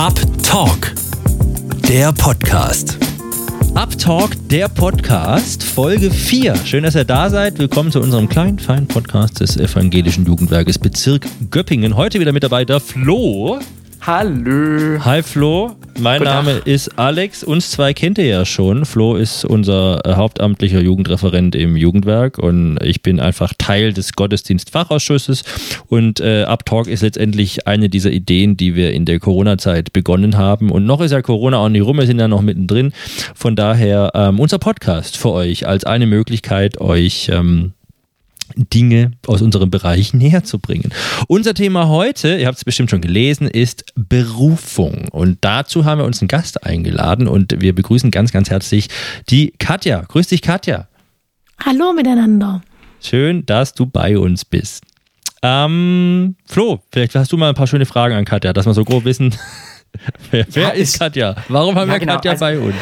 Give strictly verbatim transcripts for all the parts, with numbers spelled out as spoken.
Up Talk, der Podcast. Up Talk, der Podcast, Folge vier. Schön, dass ihr da seid. Willkommen zu unserem kleinen, feinen Podcast des Evangelischen Jugendwerkes Bezirk Göppingen. Heute wieder mit dabei der Flo. Hallo. Hi Flo, mein Guten Name Tag. ist Alex. Uns zwei kennt ihr ja schon. Flo ist unser äh, hauptamtlicher Jugendreferent im Jugendwerk und ich bin einfach Teil des Gottesdienstfachausschusses. Und äh, Up Talk ist letztendlich eine dieser Ideen, die wir in der Corona-Zeit begonnen haben. Und noch ist ja Corona auch nicht rum, wir sind ja noch mittendrin. Von daher ähm, unser Podcast für euch als eine Möglichkeit, euch ähm, Dinge aus unserem Bereich näher zu bringen. Unser Thema heute, ihr habt es bestimmt schon gelesen, ist Berufung. Und dazu haben wir uns einen Gast eingeladen und wir begrüßen ganz, ganz herzlich die Katja. Grüß dich, Katja. Hallo miteinander. Schön, dass du bei uns bist. Ähm, Flo, vielleicht hast du mal ein paar schöne Fragen an Katja, dass wir so grob wissen, wer, wer Ja, ist ich- Katja? Warum haben Ja, wir genau, Katja also- bei uns?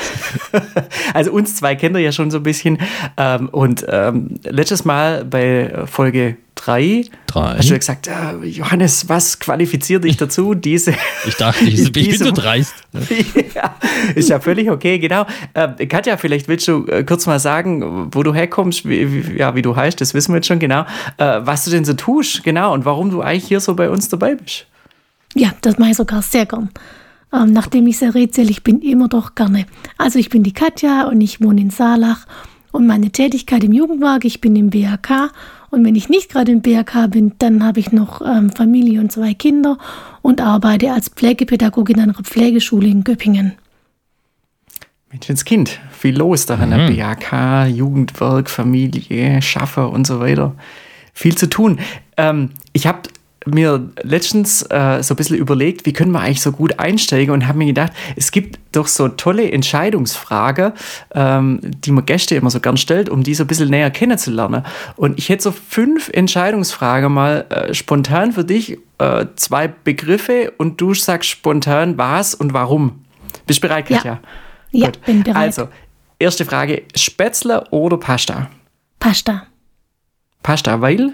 Also uns zwei kennt ihr ja schon so ein bisschen. Ähm, und ähm, letztes Mal bei Folge drei Drei? hast du ja gesagt, äh, Johannes, was qualifiziert dich dazu, diese... Ich dachte, ich, ich bin diese- so dreist. Ja, ist ja völlig okay, genau. Äh, Katja, vielleicht willst du äh, kurz mal sagen, wo du herkommst, wie, wie, ja, wie du heißt, das wissen wir jetzt schon genau. Äh, was du denn so tust, genau, und warum du eigentlich hier so bei uns dabei bist. Ja, das mache ich sogar sehr gern. Ähm, nachdem ich sehr redselig bin, immer doch gerne. Also ich bin die Katja und ich wohne in Saalach und meine Tätigkeit im Jugendwerk, ich bin im B R K und wenn ich nicht gerade im B R K bin, dann habe ich noch ähm, Familie und zwei Kinder und arbeite als Pflegepädagogin an einer Pflegeschule in Göppingen. Menschenskind, viel los da an der B A K, Jugendwerk, Familie, Schaffer und so weiter. Viel zu tun. Ähm, ich habe mir letztens äh, so ein bisschen überlegt, wie können wir eigentlich so gut einsteigen und habe mir gedacht, es gibt doch so tolle Entscheidungsfragen, ähm, die man Gäste immer so gern stellt, um die so ein bisschen näher kennenzulernen. Und ich hätte so fünf Entscheidungsfragen mal äh, spontan für dich, äh, zwei Begriffe und du sagst spontan was und warum. Bist du bereit, Katja? Ja, Gut. bin bereit. Also, erste Frage, Spätzle oder Pasta? Pasta. Pasta, weil?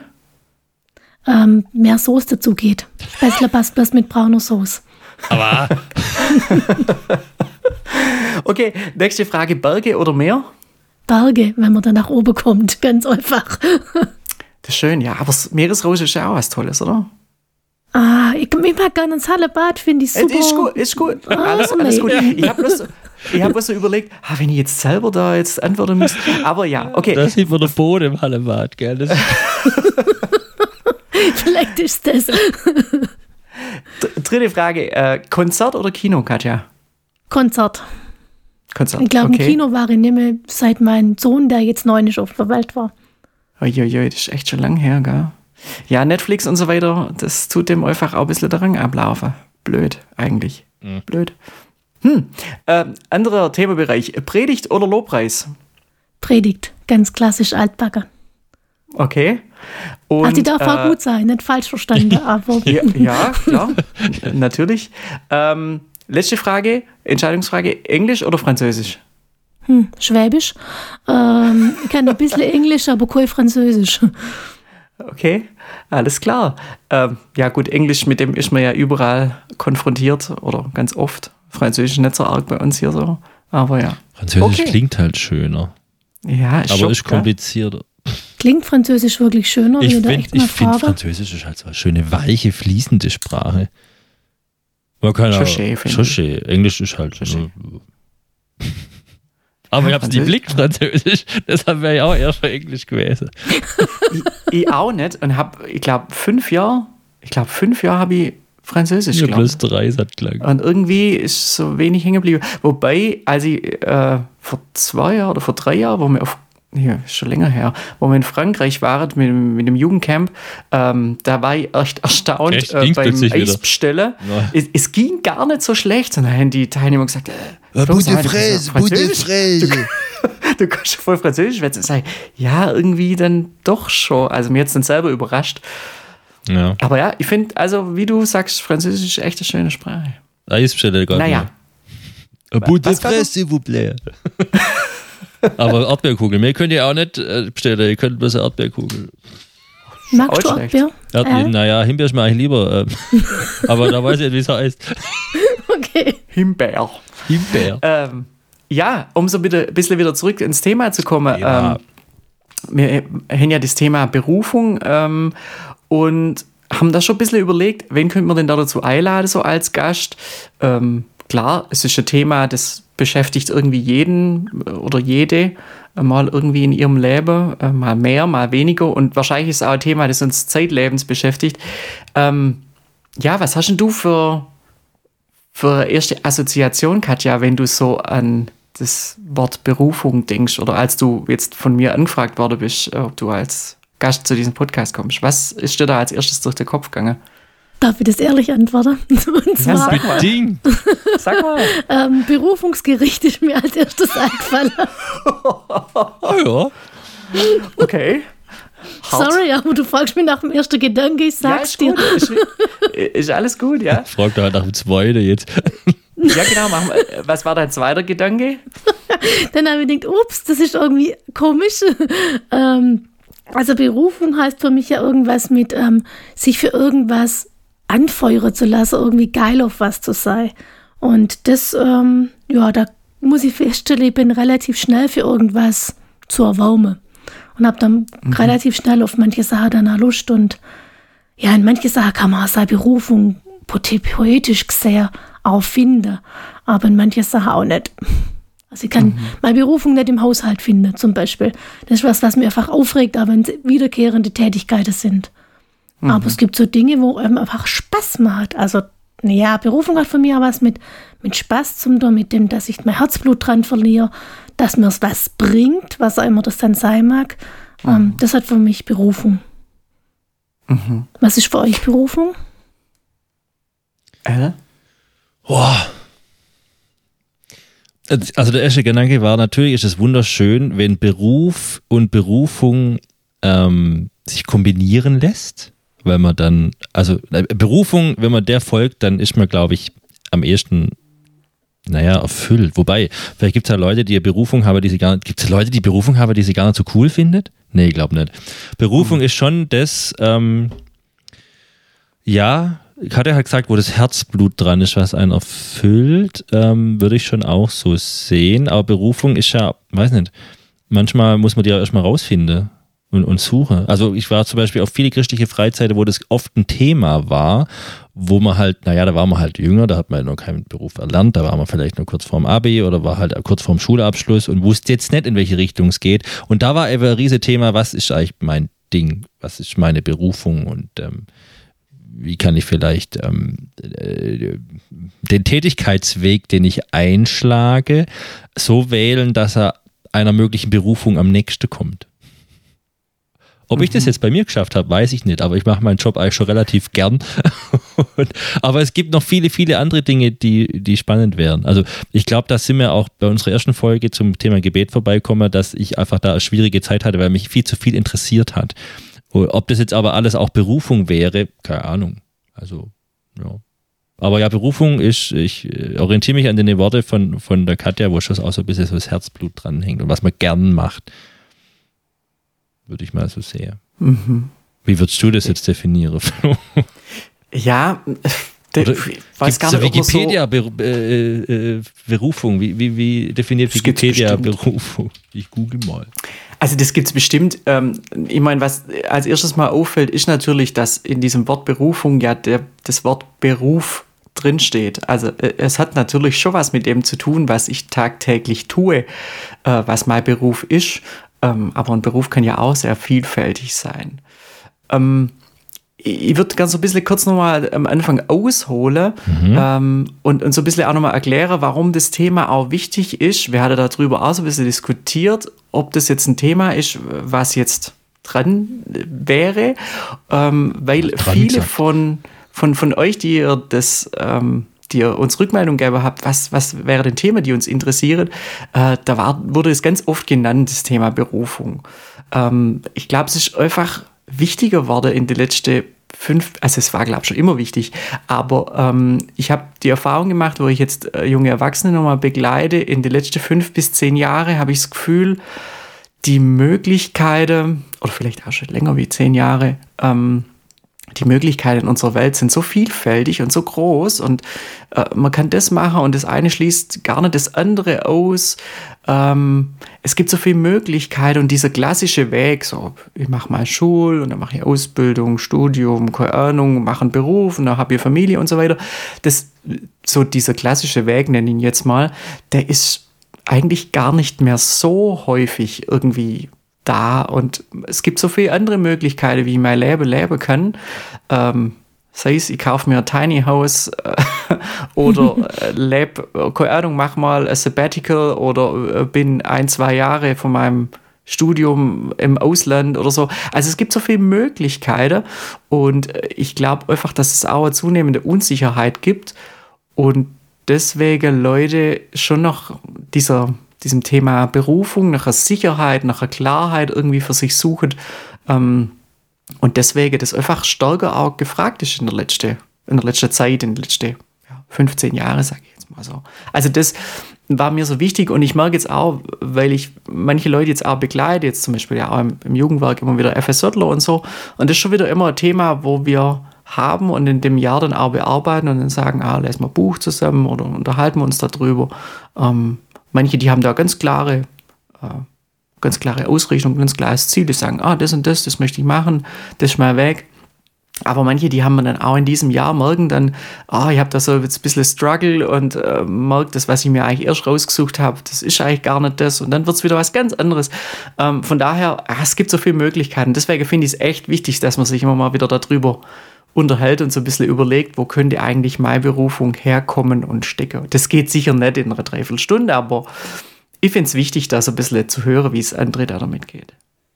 Ähm, mehr Soße dazu geht. Spätzle passt bloß mit brauner Soße. Aber Okay, nächste Frage, Berge oder Meer? Berge, wenn man dann nach oben kommt, ganz einfach. Das ist schön, ja, aber das Meeresrauschen ist ja auch was Tolles, oder? Ah, ich, ich mag gerne ins Hallebad, finde ich Äh, super. Ist gut, ist gut, alles, alles gut. Ich habe bloß, ich hab bloß so überlegt, ah, wenn ich jetzt selber da jetzt antworten müsste, aber ja, okay. da sieht man den Boden im Hallebad, gell? Das Vielleicht ist das. D- Dritte Frage, äh, Konzert oder Kino, Katja? Konzert. Konzert, Ich glaube, okay. im Kino war ich nicht mehr, seit mein Sohn, der jetzt neun ist, auf der Welt war. Uiuiui, das ist echt schon lang her, gell? Ja, Netflix und so weiter, das tut dem einfach auch ein bisschen der Rang ablaufen. Blöd, eigentlich. Mhm. Blöd. Hm, äh, anderer Themenbereich, Predigt oder Lobpreis? Predigt, ganz klassisch altbacken. Okay. Und, Also die darf auch äh, gut sein, nicht falsch verstanden, aber Ja, ja klar, N- natürlich. Ähm, letzte Frage, Entscheidungsfrage, Englisch oder Französisch? hm, Schwäbisch. Ähm, ich kann ein bisschen Englisch, aber kein Französisch. Okay, alles klar. Ähm, ja gut, Englisch, mit dem ist man ja überall konfrontiert oder ganz oft. Französisch nicht so arg bei uns hier so, aber ja. Französisch Okay. klingt halt schöner, Ja, ist aber schon, ist komplizierter. Klingt Französisch wirklich schöner, wenn Ich ich da finde echt mal find frage. Französisch ist halt so eine schöne, weiche, fließende Sprache. Man kann Schon auch, schön, finde schon ich. schön. Englisch ist halt Schon so. Aber ich habe die Französisch- Blick Französisch, deshalb wäre ich auch eher für Englisch gewesen. Ich, ich auch nicht und habe, ich glaube, fünf Jahre, ich glaube, fünf Jahre habe ich Französisch Ja, gelernt. plus drei hat klang. Und irgendwie ist so wenig hängen geblieben. Wobei, als ich äh, vor zwei Jahren oder vor drei Jahren, wo wir auf, ja, ist schon länger her, wo wir in Frankreich waren mit, dem- mit dem Jugendcamp, ähm, da war ich echt erstaunt Echt? äh, Ging's beim plötzlich wieder? Eisbestellen. Ja. Es, es ging gar nicht so schlecht. Und dann haben die Teilnehmer gesagt, äh, Ah, Flo, bout sag de mal, das ist fraise, doch bout de Französisch. fraise. Du kannst schon voll Französisch schwätzen. Sag ich, ja, irgendwie dann doch schon. Also mir hat es dann selber überrascht. Ja. Aber ja, ich finde, also wie du sagst, Französisch ist echt eine schöne Sprache. Eisbestelle gar Naja. nicht. Un bout de Was war fraise, s'il vous plaît. Aber Erdbeerkugel, mehr könnt ihr auch nicht äh, bestellen, ihr könnt bloß eine Erdbeerkugel. Magst du Auch schlecht. Erdbeer? Erdbeer, Äh? naja, Himbeer ist mir eigentlich lieber. Ähm, aber da weiß ich nicht, wie es heißt. Okay. Himbeer. Himbeer. Ähm, ja, um so wieder, ein bisschen wieder zurück ins Thema zu kommen. Ja. Ähm, wir haben ja das Thema Berufung ähm, und haben da schon ein bisschen überlegt, wen könnte man denn da dazu einladen, so als Gast. Ähm, klar, es ist ein Thema, das beschäftigt irgendwie jeden oder jede äh, mal irgendwie in ihrem Leben, äh, mal mehr, mal weniger und wahrscheinlich ist es auch ein Thema, das uns zeitlebens beschäftigt. Ähm, ja, was hast denn du für, für erste Assoziation, Katja, wenn du so an das Wort Berufung denkst oder als du jetzt von mir angefragt worden bist, ob du als Gast zu diesem Podcast kommst? Was ist dir da als erstes durch den Kopf gegangen? Darf ich das ehrlich antworten? Und zwar, sag mal. Ding. Sag mal. ähm, Berufungsgericht ist mir als erstes eingefallen. Oh ja. Okay. Hart. Sorry, aber du fragst mich nach dem ersten Gedanke, ich Ja, sag's ist dir. gut. Ist, ist alles gut, ja? Frag doch halt nach dem zweiten jetzt. Ja, genau. Machen wir. Was war dein zweiter Gedanke? Dann habe ich gedacht, ups, das ist irgendwie komisch. ähm, also Berufung heißt für mich ja irgendwas mit ähm, sich für irgendwas anfeuern zu lassen, irgendwie geil auf was zu sein. Und das, ähm, ja, da muss ich feststellen, ich bin relativ schnell für irgendwas zu erwärmen. Und habe dann mhm. relativ schnell auf manche Sachen dann auch Lust. Und ja, in manche Sachen kann man auch seine Berufung poetisch gesehen auch finden, aber in manche Sachen auch nicht. Also ich kann mhm. meine Berufung nicht im Haushalt finden, zum Beispiel. Das ist was, was mir einfach aufregt, aber wenn es wiederkehrende Tätigkeiten sind. Mhm. Aber es gibt so Dinge, wo einem einfach Spaß macht. Also, naja, Berufung hat für mich auch was mit, mit Spaß zu tun, mit dem, dass ich mein Herzblut dran verliere, dass mir es was bringt, was auch immer das dann sein mag. Mhm. Ähm, das hat für mich Berufung. Mhm. Was ist für euch Berufung? Äh? Boah. Also der erste Gedanke war, natürlich ist es wunderschön, wenn Beruf und Berufung ähm, sich kombinieren lässt, weil man dann, also Berufung, wenn man der folgt, dann ist man, glaube ich, am ehesten, naja, erfüllt. Wobei, vielleicht gibt es ja Leute, die eine Berufung haben, die sie gar nicht, gibt es Leute, die Berufung haben, die sie gar nicht so cool findet? Nee, ich glaube nicht. Berufung mhm. ist schon das, ähm, ja, ich hatte halt gesagt, wo das Herzblut dran ist, was einen erfüllt, ähm, würde ich schon auch so sehen. Aber Berufung ist ja, weiß nicht, manchmal muss man die ja erstmal rausfinden und, und suchen. Also ich war zum Beispiel auf viele christliche Freizeiten, wo das oft ein Thema war, wo man halt, naja, da war man halt jünger, da hat man noch keinen Beruf erlernt, da war man vielleicht nur kurz vorm Abi oder war halt kurz vorm Schulabschluss und wusste jetzt nicht, in welche Richtung es geht. Und da war eben ein riesiges Thema, was ist eigentlich mein Ding, was ist meine Berufung und ähm, wie kann ich vielleicht ähm, äh, den Tätigkeitsweg, den ich einschlage, so wählen, dass er einer möglichen Berufung am nächsten kommt. Ob mhm. ich das jetzt bei mir geschafft habe, weiß ich nicht, aber ich mache meinen Job eigentlich schon relativ gern. Und, aber es gibt noch viele, viele andere Dinge, die, die spannend wären. Also ich glaube, da sind wir auch bei unserer ersten Folge zum Thema Gebet vorbeikommen, dass ich einfach da eine schwierige Zeit hatte, weil mich viel zu viel interessiert hat. Ob das jetzt aber alles auch Berufung wäre, keine Ahnung. Also, ja. Aber ja, Berufung ist, ich orientiere mich an den Worte von, von der Katja, wo schon auch so ein bisschen so das Herzblut dranhängt und was man gern macht. Würde ich mal so sehen. Mhm. Wie würdest du das jetzt definieren, Flo? Ja, de- ich weiß gar nicht, ob Wikipedia so Ber- äh, äh, Berufung, wie, wie, wie definiert Wikipedia Berufung? Ich google mal. Also das gibt es bestimmt. Ähm, ich meine, was als erstes mal auffällt, ist natürlich, dass in diesem Wort Berufung ja der, das Wort Beruf drinsteht. Also äh, es hat natürlich schon was mit dem zu tun, was ich tagtäglich tue, äh, was mein Beruf ist. Ähm, aber ein Beruf kann ja auch sehr vielfältig sein. Ähm, ich würde ganz so ein bisschen kurz nochmal am Anfang ausholen mhm. ähm, und, und so ein bisschen auch nochmal erklären, warum das Thema auch wichtig ist. Wir hatten darüber auch so ein bisschen diskutiert, ob das jetzt ein Thema ist, was jetzt dran wäre, ähm, weil dran viele von, von, von euch, die ihr das, ähm, die ihr uns Rückmeldung gegeben habt, was, was wäre denn Thema, die uns interessieren, äh, da war, wurde es ganz oft genannt, das Thema Berufung. Ähm, ich glaube, es ist einfach wichtiger geworden in den letzten fünf, also es war, glaube ich, schon immer wichtig, aber ähm, ich habe die Erfahrung gemacht, wo ich jetzt äh, junge Erwachsene nochmal begleite, in den letzten fünf bis zehn Jahren habe ich das Gefühl, die Möglichkeiten, oder vielleicht auch schon länger wie zehn Jahre, ähm, die Möglichkeiten in unserer Welt sind so vielfältig und so groß und äh, man kann das machen und das eine schließt gar nicht das andere aus. Ähm, es gibt so viele Möglichkeiten und dieser klassische Weg, so ich mache mal Schule und dann mache ich Ausbildung, Studium, keine Ahnung, mache einen Beruf und dann habe ich Familie und so weiter. Das, so dieser klassische Weg, nenne ich ihn jetzt mal, der ist eigentlich gar nicht mehr so häufig irgendwie da und es gibt so viele andere Möglichkeiten, wie ich mein Leben leben kann. Ähm, sei es, ich kaufe mir ein Tiny House äh, oder äh, lebe, keine Ahnung, mach mal ein Sabbatical oder äh, bin ein, zwei Jahre von meinem Studium im Ausland oder so. Also es gibt so viele Möglichkeiten und ich glaube einfach, dass es auch eine zunehmende Unsicherheit gibt und deswegen Leute schon noch dieser diesem Thema Berufung, nach einer Sicherheit, nach einer Klarheit irgendwie für sich suchen. Ähm, und deswegen das einfach stärker auch gefragt ist in der letzten, in der letzten Zeit, in den letzten ja, fünfzehn Jahren, sage ich jetzt mal so. Also das war mir so wichtig und ich merke jetzt auch, weil ich manche Leute jetzt auch begleite, jetzt zum Beispiel ja auch im, im Jugendwerk immer wieder F S Söttler und so. Und das ist schon wieder immer ein Thema, wo wir haben und in dem Jahr dann auch bearbeiten und dann sagen, ah, lesen wir ein Buch zusammen oder unterhalten wir uns darüber. Ähm, Manche, die haben da ganz klare, äh, ganz klare Ausrichtung, ganz klares Ziel. Die sagen, ah, das und das, das möchte ich machen, das ist mal weg. Aber manche, die haben dann auch in diesem Jahr, merken dann, ah, ich habe da so jetzt ein bisschen Struggle und äh, merke, das, was ich mir eigentlich erst rausgesucht habe, das ist eigentlich gar nicht das. Und dann wird es wieder was ganz anderes. Ähm, von daher, ah, es gibt so viele Möglichkeiten. Deswegen finde ich es echt wichtig, dass man sich immer mal wieder darüber unterhält und so ein bisschen überlegt, wo könnte eigentlich meine Berufung herkommen und stecken. Das geht sicher nicht in einer Dreiviertelstunde, aber ich finde es wichtig, da so ein bisschen zu hören, wie es andere da damit geht.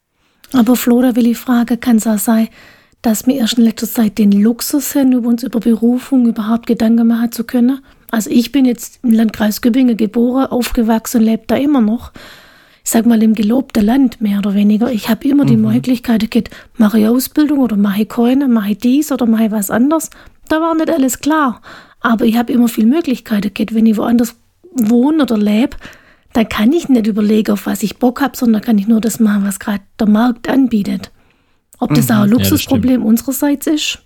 Aber Flo, da will ich fragen, kann es auch sein, dass wir erst in letzter Zeit den Luxus haben, über uns über Berufung überhaupt Gedanken machen zu können? Also ich bin jetzt im Landkreis Göppingen geboren, aufgewachsen und lebe da immer noch. Ich sag mal, im gelobten Land, mehr oder weniger. Ich habe immer die mhm. Möglichkeit, geht, mache ich Ausbildung oder mache ich keine, mache ich dies oder mache ich was anderes. Da war nicht alles klar. Aber ich habe immer viel Möglichkeiten. Geht, wenn ich woanders wohne oder lebe, dann kann ich nicht überlegen, auf was ich Bock habe, sondern kann ich nur das machen, was gerade der Markt anbietet. Ob das mhm. auch ein Luxusproblem ja, unsererseits ist?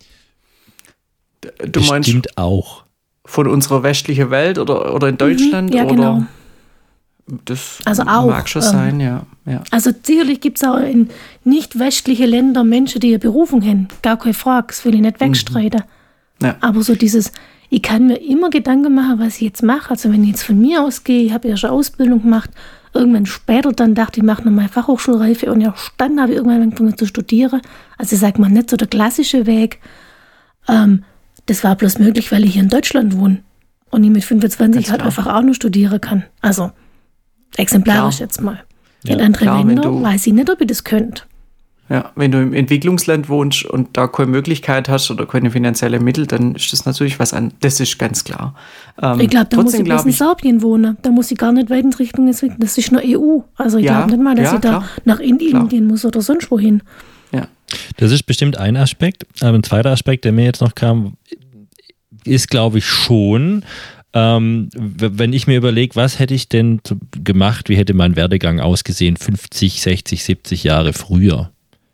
Du meinst Bestimmt auch. Von unserer westlichen Welt oder, oder in Deutschland? Mhm, ja, oder? genau. Das also auch, mag schon ähm, sein, ja. ja. Also sicherlich gibt es auch in nicht westlichen Ländern Menschen, die eine Berufung haben. Gar keine Frage, das will ich nicht wegstreiten. Mhm. Ja. Aber so dieses, ich kann mir immer Gedanken machen, was ich jetzt mache. Also wenn ich jetzt von mir ausgehe, ich habe ja schon Ausbildung gemacht, irgendwann später dann dachte ich, mache nochmal Fachhochschulreife und ja, dann habe ich irgendwann angefangen zu studieren. Also ich sage mal, nicht so der klassische Weg. Ähm, das war bloß möglich, weil ich hier in Deutschland wohne und ich mit fünfundzwanzig halt einfach auch nur studieren kann. Also exemplarisch klar. Jetzt mal. In ja, anderen Ländern weiß ich nicht, ob ihr das könnt. Ja, wenn du im Entwicklungsland wohnst und da keine Möglichkeit hast oder keine finanziellen Mittel, dann ist das natürlich was an. Das ist ganz klar. Ähm, ich glaube, da muss ich bloß in Serbien wohnen. Da muss ich gar nicht weit in Richtung entwickeln. Das ist nur E U. Also ich ja, glaube nicht mal, dass ja, ich da klar. nach Indien gehen muss oder sonst wohin. Ja. Das ist bestimmt ein Aspekt. Aber ein zweiter Aspekt, der mir jetzt noch kam, ist, glaube ich, schon, Ähm, wenn ich mir überlege, was hätte ich denn gemacht, wie hätte mein Werdegang ausgesehen, fünfzig, sechzig, siebzig Jahre früher?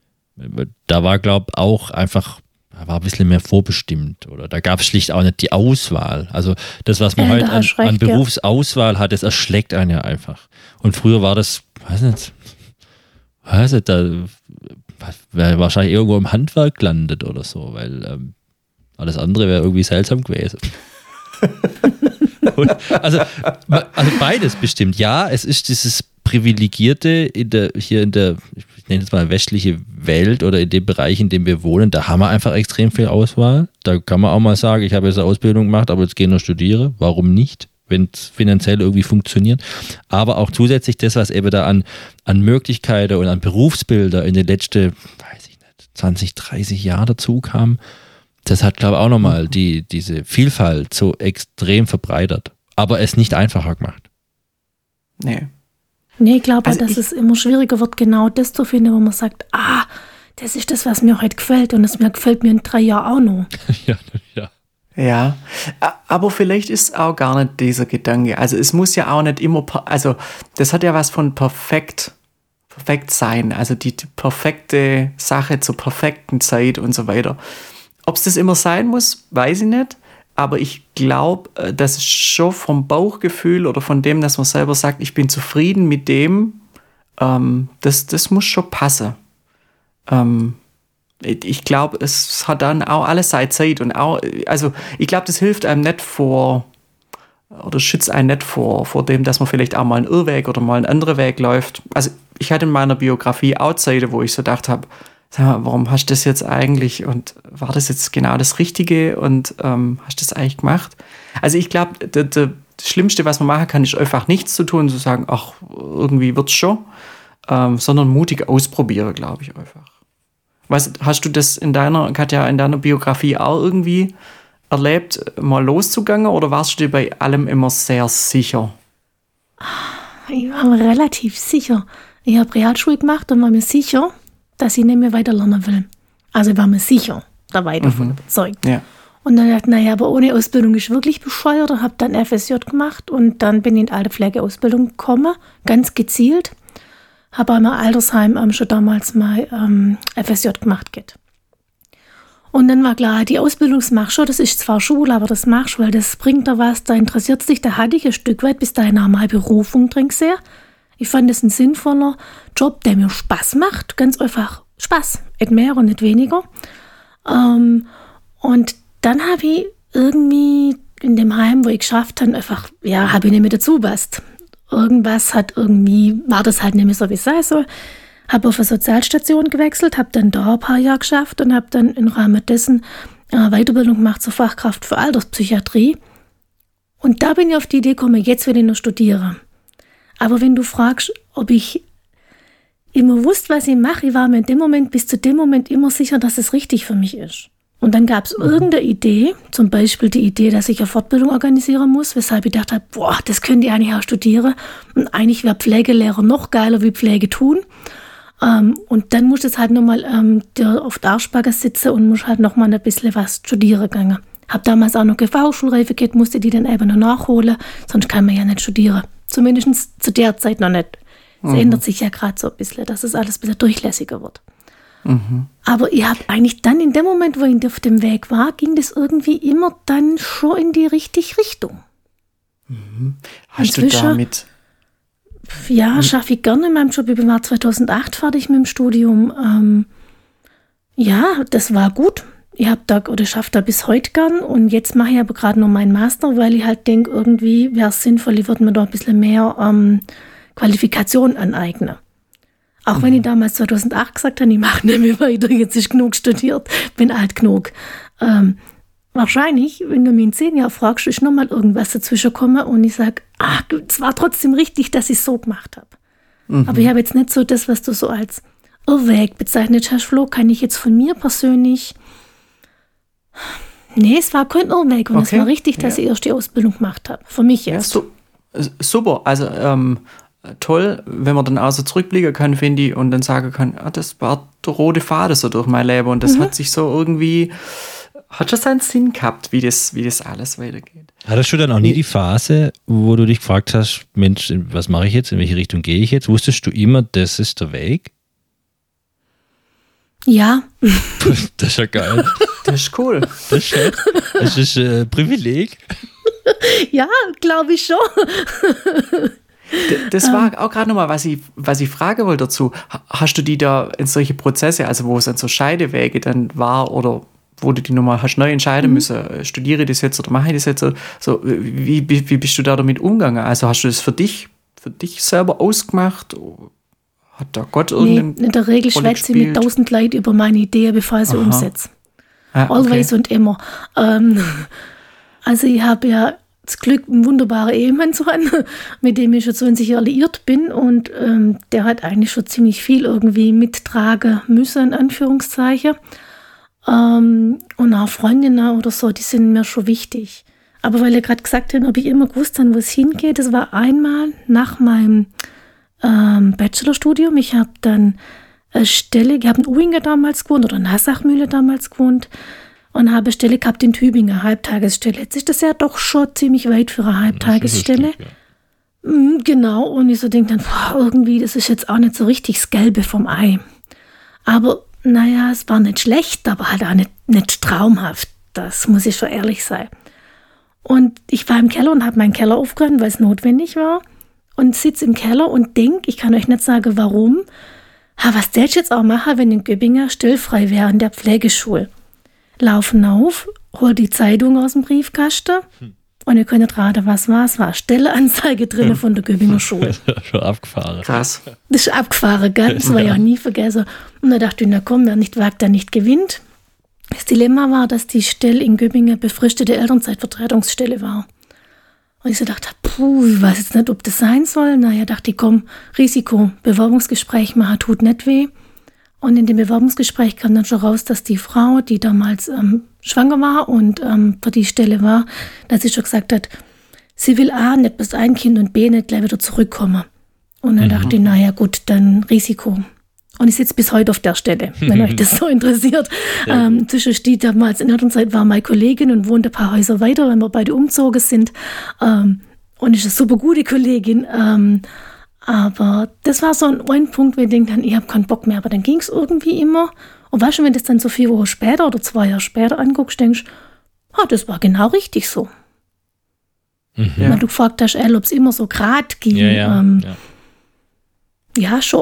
Da war, glaube ich, auch einfach, da war ein bisschen mehr vorbestimmt oder da gab es schlicht auch nicht die Auswahl. Also das, was man ja, heute an, recht, an Berufsauswahl ja. hat, das erschlägt einen ja einfach. Und früher war das, weiß nicht, weiß nicht, da wäre wahrscheinlich irgendwo im Handwerk gelandet oder so, weil ähm, alles andere wäre irgendwie seltsam gewesen. also, also beides bestimmt. Ja, es ist dieses privilegierte in der, hier in der, ich nenne es mal westliche Welt oder in dem Bereich, in dem wir wohnen, da haben wir einfach extrem viel Auswahl. Da kann man auch mal sagen, ich habe jetzt eine Ausbildung gemacht, aber jetzt gehe ich noch studieren. Warum nicht? Wenn es finanziell irgendwie funktioniert. Aber auch zusätzlich das, was eben da an, an Möglichkeiten und an Berufsbilder in den letzten, weiß ich nicht, zwanzig, dreißig Jahren dazu kam, das hat, glaube ich, auch nochmal die, diese Vielfalt so extrem verbreitert. Aber es nicht einfacher gemacht. Nee. Nee, ich glaube, also dass ich, es immer schwieriger wird, genau das zu finden, wo man sagt, ah, das ist das, was mir heute gefällt und das mir gefällt mir in drei Jahren auch noch. ja, ja. Ja, aber vielleicht ist auch gar nicht dieser Gedanke. Also es muss ja auch nicht immer, also das hat ja was von perfekt, perfekt sein. Also die, die perfekte Sache zur perfekten Zeit und so weiter. ob es das immer sein muss, weiß ich nicht. Aber ich glaube, das ist schon vom Bauchgefühl oder von dem, dass man selber sagt, ich bin zufrieden mit dem, ähm, das, das muss schon passen. Ähm, ich glaube, es hat dann auch alles seine Zeit. Und auch, also ich glaube, das hilft einem nicht vor, oder schützt einen nicht vor, vor dem, dass man vielleicht auch mal einen Irrweg oder mal einen anderen Weg läuft. Also ich hatte in meiner Biografie auch Zeiten, wo ich so gedacht habe, sag mal, warum hast du das jetzt eigentlich und war das jetzt genau das Richtige und ähm, hast du das eigentlich gemacht? Also ich glaube, das, das Schlimmste, was man machen kann, ist einfach nichts zu tun, zu sagen, ach, irgendwie wird's schon, ähm, sondern mutig ausprobieren, glaube ich einfach. Was, hast du das in deiner, Katja, in deiner Biografie auch irgendwie erlebt, mal loszugangen oder warst du dir bei allem immer sehr sicher? Ich war mir relativ sicher. Ich habe Realschule gemacht und war mir sicher, dass ich nicht mehr weiterlernen will. Also ich war mir sicher, da war ich davon mhm. überzeugt. Ja. Und dann dachte ich, naja, aber ohne Ausbildung ist wirklich bescheuert und habe dann F S J gemacht und dann bin ich in die Altenpflegeausbildung gekommen, ganz gezielt. Habe einmal Altersheim ähm, schon damals mal ähm, F S J gemacht. Geht. Und dann war klar, die Ausbildung machst du, das ist zwar Schule, aber das machst du, weil das bringt da was, da interessiert dich, da hatte ich ein Stück weit bis dahin auch mal Berufung drin sehr. Ich fand es ein sinnvoller Job, der mir Spaß macht, ganz einfach Spaß, nicht mehr und nicht weniger. Ähm, und dann habe ich irgendwie in dem Heim, wo ich geschafft habe, einfach, ja, habe ich nicht mehr dazu gepasst. Irgendwas hat irgendwie, war das halt nicht mehr so, wie es sein soll. Habe auf eine Sozialstation gewechselt, habe dann da ein paar Jahre geschafft und habe dann im Rahmen dessen eine Weiterbildung gemacht zur Fachkraft für Alterspsychiatrie. Und da bin ich auf die Idee gekommen, jetzt will ich noch studieren. Aber wenn du fragst, ob ich immer wusste, was ich mache, ich war mir in dem Moment, bis zu dem Moment immer sicher, dass es richtig für mich ist. Und dann gab es mhm. irgendeine Idee, zum Beispiel die Idee, dass ich eine Fortbildung organisieren muss, weshalb ich dachte, boah, das könnte ich eigentlich auch studieren. Und eigentlich wäre Pflegelehrer noch geiler wie Pflege tun. Ähm, und dann musst du halt nochmal ähm, auf der Arschbacke sitzen und musst halt nochmal ein bisschen was studieren gegangen. Hab damals auch noch G V-Schulreife gehabt, musste die dann eben noch nachholen, sonst kann man ja nicht studieren. Zumindest zu der Zeit noch nicht. Es mhm. ändert sich ja gerade so ein bisschen, dass es alles ein bisschen durchlässiger wird. Mhm. Aber ich habe eigentlich dann in dem Moment, wo ich auf dem Weg war, ging das irgendwie immer dann schon in die richtige Richtung. Mhm. Hast Inzwischen, du damit... Ja, mhm. schaffe ich gerne in meinem Job. Ich war zweitausendacht fertig mit dem Studium. Ähm, ja, das war gut. Ich habe da oder schaffe da bis heute gern. Und jetzt mache ich aber gerade noch meinen Master, weil ich halt denke, irgendwie wäre es sinnvoll, ich würde mir da ein bisschen mehr ähm, Qualifikation aneignen. Auch mhm. wenn ich damals zweitausendacht gesagt habe, ich mache nicht mehr weiter, jetzt ist genug studiert, bin alt genug. Ähm, wahrscheinlich, wenn du mich in zehn Jahren fragst, ist nochmal irgendwas dazwischen gekommen und ich sage, ah, es war trotzdem richtig, dass ich es so gemacht habe. Mhm. Aber ich habe jetzt nicht so das, was du so als Irrweg bezeichnet hast, Flo, kann ich jetzt von mir persönlich... Nee, es war kein Irrweg und okay. es war richtig, dass ja. ich erst die Ausbildung gemacht habe. Für mich jetzt. Ja, su- super, also ähm, toll, wenn man dann auch so zurückblicken kann, finde ich, und dann sagen kann, ah, das war der rote Faden so durch mein Leben und das mhm. hat sich so irgendwie, hat schon seinen Sinn gehabt, wie das, wie das alles weitergeht. Hattest du dann auch nie die Phase, wo du dich gefragt hast, Mensch, was mache ich jetzt, in welche Richtung gehe ich jetzt? Wusstest du immer, das ist der Weg? Ja. Das ist ja geil. Das ist cool. Das ist schön. Das ist ein äh, Privileg. Ja, glaube ich schon. Das war auch gerade nochmal, was ich, was ich fragen wollte dazu. Hast du die da in solche Prozesse, also wo es dann so Scheidewege dann war oder wo du die nochmal hast neu entscheiden mhm. müssen, studiere ich das jetzt oder mache ich das jetzt? So, wie, wie, wie bist du da damit umgegangen? Also hast du das für dich, für dich selber ausgemacht? Hat da Gott irgendeinen Nee, in der Regel schwätze ich mit tausend Leuten über meine Idee, bevor ich sie Aha. umsetze. Ah, okay. Always und immer. Ähm, also ich habe ja das Glück, einen wunderbaren Ehemann zu haben, mit dem ich schon zwanzig Jahre liiert bin und ähm, der hat eigentlich schon ziemlich viel irgendwie mittragen müssen, in Anführungszeichen. Ähm, und auch Freundinnen oder so, die sind mir schon wichtig. Aber weil ihr gerade gesagt habt, ob ich immer gewusst habe, wo es hingeht, das war einmal nach meinem ähm, Bachelorstudium. Ich habe dann eine Stelle, ich habe in Uhinger damals gewohnt oder in Hassachmühle damals gewohnt und habe eine Stelle gehabt in Tübingen, eine Halbtagesstelle. Jetzt ist das ja doch schon ziemlich weit für eine Halbtagesstelle. Stück, ja. mhm, genau, und ich so denke dann, boah, irgendwie, das ist jetzt auch nicht so richtig das Gelbe vom Ei. Aber naja, es war nicht schlecht, aber halt auch nicht nicht traumhaft. Das muss ich schon ehrlich sein. Und ich war im Keller und habe meinen Keller aufgeräumt, weil es notwendig war. Und sitze im Keller und denke, ich kann euch nicht sagen, warum. Ha, was der jetzt auch machen, wenn in Göbbinger stillfrei wäre in der Pflegeschule? Laufen auf, hol die Zeitung aus dem Briefkasten hm. und ihr könnt raten, was war. Es war Stelleanzeige drin von der Göbbinger Schule. Schon abgefahren. Krass. Das ist abgefahren, gell? Das war ja nie vergessen. Und da dachte ich, na komm, wer nicht wagt, der nicht gewinnt. Das Dilemma war, dass die Stelle in Göbbinger befristete Elternzeitvertretungsstelle war. Und ich so dachte, puh, ich weiß jetzt nicht, ob das sein soll. Naja, dachte ich, komm, Risiko, Bewerbungsgespräch machen, tut nicht weh. Und in dem Bewerbungsgespräch kam dann schon raus, dass die Frau, die damals ähm, schwanger war und ähm, für die Stelle war, dass sie schon gesagt hat, sie will A, nicht bis ein Kind und B, nicht gleich wieder zurückkommen. Und dann mhm. dachte ich, naja gut, dann Risiko. Und ich sitze bis heute auf der Stelle, wenn euch das so interessiert. Ähm, zwischen die damals in der Elternzeit war meine Kollegin und wohnte ein paar Häuser weiter, wenn wir beide umzogen sind. Ähm, und ist eine super gute Kollegin. Ähm, aber das war so ein, ein Punkt, wo ich denke, ich habe keinen Bock mehr. Aber dann ging es irgendwie immer. Und weißt du, wenn du das dann so vier Wochen später oder zwei Jahre später anguckst, denkst du, ah, das war genau richtig so. Mhm. Ja. Wenn du gefragt hast, ob es immer so gerade ging. Ja, ja, ähm, ja. ja schon.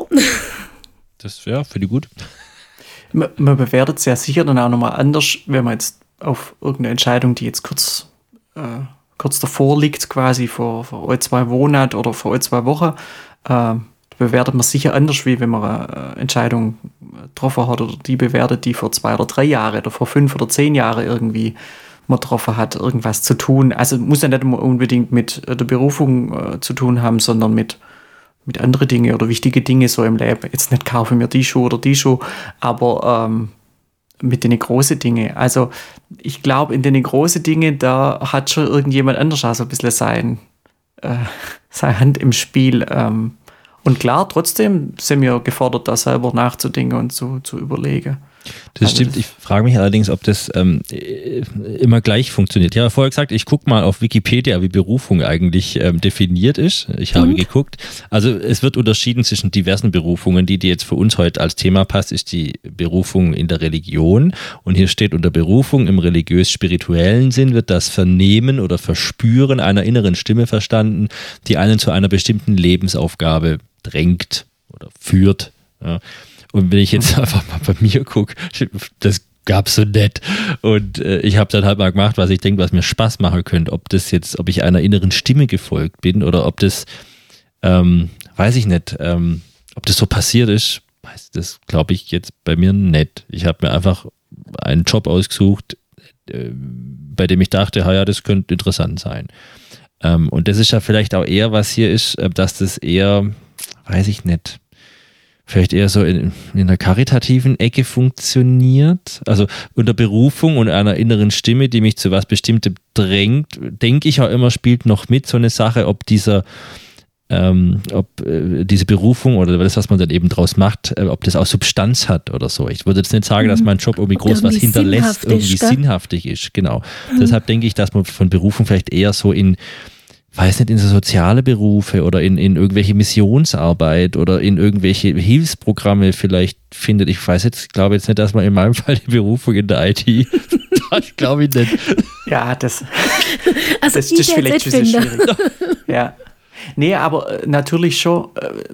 Das ja, finde ich gut. Man, man bewertet es ja sicher dann auch nochmal anders, wenn man jetzt auf irgendeine Entscheidung, die jetzt kurz, äh, kurz davor liegt, quasi vor, vor ein, zwei Monaten oder vor ein, zwei Wochen, äh, bewertet man sicher anders, wie wenn man eine Entscheidung getroffen hat oder die bewertet, die vor zwei oder drei Jahren oder vor fünf oder zehn Jahren irgendwie man getroffen hat, irgendwas zu tun. Also muss ja nicht unbedingt mit der Berufung äh, zu tun haben, sondern mit mit anderen Dingen oder wichtige Dinge so im Leben. Jetzt nicht kaufe mir die Schuhe oder die Schuhe, aber ähm, mit den großen Dingen. Also ich glaube, in den großen Dingen, da hat schon irgendjemand anders auch so ein bisschen sein, äh, seine Hand im Spiel. Ähm, und klar, trotzdem sind wir gefordert, da selber nachzudenken und zu, zu überlegen. Das also stimmt. Ich frage mich allerdings, ob das ähm, immer gleich funktioniert. Ich habe vorher gesagt, ich gucke mal auf Wikipedia, wie Berufung eigentlich ähm, definiert ist. Ich habe und? geguckt. Also es wird unterschieden zwischen diversen Berufungen. Die, die jetzt für uns heute als Thema passt, ist die Berufung in der Religion. Und hier steht unter Berufung im religiös-spirituellen Sinn wird das Vernehmen oder Verspüren einer inneren Stimme verstanden, die einen zu einer bestimmten Lebensaufgabe drängt oder führt. Ja. Und wenn ich jetzt einfach mal bei mir gucke, das gab's so nett. Und äh, ich habe dann halt mal gemacht, was ich denke, was mir Spaß machen könnte. Ob das jetzt, ob ich einer inneren Stimme gefolgt bin oder ob das, ähm, weiß ich nicht, ähm, ob das so passiert ist, weiß das glaube ich jetzt bei mir nicht. Ich habe mir einfach einen Job ausgesucht, äh, bei dem ich dachte, ja, das könnte interessant sein. Ähm, und das ist ja vielleicht auch eher, was hier ist, äh, dass das eher, weiß ich nicht, vielleicht eher so in, in der karitativen Ecke funktioniert. Also unter Berufung und einer inneren Stimme, die mich zu was Bestimmtem drängt, denke ich auch immer, spielt noch mit so eine Sache, ob dieser, ähm, ob äh, diese Berufung oder das, was man dann eben draus macht, äh, ob das auch Substanz hat oder so. Ich würde jetzt nicht sagen, mhm. dass mein Job irgendwie groß was hinterlässt, irgendwie ist, sinnhaftig ist. Genau. Mhm. Deshalb denke ich, dass man von Berufung vielleicht eher so in weiß nicht, in so soziale Berufe oder in, in irgendwelche Missionsarbeit oder in irgendwelche Hilfsprogramme vielleicht findet. Ich weiß jetzt, glaube jetzt nicht, dass man in meinem Fall die Berufung in der I T, das glaube ich nicht. Ja, das, also das ist vielleicht ein bisschen schwierig. Ja. Nee, aber natürlich schon,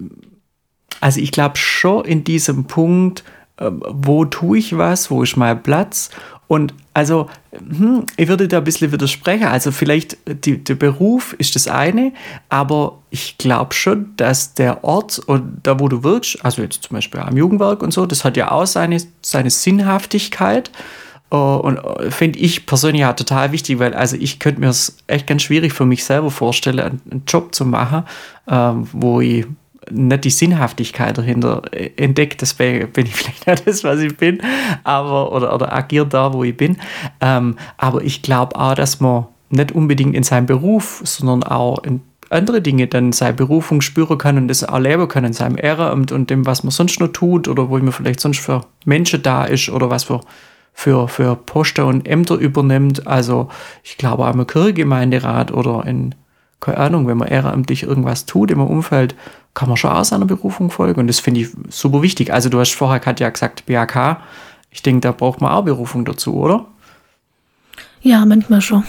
also ich glaube schon in diesem Punkt, wo tue ich was, wo ist mein Platz? Und also, hm, ich würde da ein bisschen widersprechen. Also vielleicht die, der Beruf ist das eine, aber ich glaube schon, dass der Ort und da, wo du wirkst, also jetzt zum Beispiel am Jugendwerk und so, das hat ja auch seine, seine Sinnhaftigkeit. Und finde ich persönlich auch total wichtig, weil also ich könnte mir es echt ganz schwierig für mich selber vorstellen, einen Job zu machen, wo ich nicht die Sinnhaftigkeit dahinter entdeckt, deswegen bin ich vielleicht nicht das, was ich bin, aber oder, oder agiere da, wo ich bin. Ähm, aber ich glaube auch, dass man nicht unbedingt in seinem Beruf, sondern auch in andere Dinge dann seine Berufung spüren kann und das auch leben kann in seinem Ehrenamt und dem, was man sonst noch tut oder wo man vielleicht sonst für Menschen da ist oder was für für, für Posten und Ämter übernimmt. Also ich glaube auch im Kirchengemeinderat oder in, keine Ahnung, wenn man ehrenamtlich irgendwas tut im Umfeld, kann man schon auch seiner Berufung folgen und das finde ich super wichtig. Also du hast vorher, Katja, gesagt, B A K Ich denke, da braucht man auch Berufung dazu, oder? Ja, manchmal schon.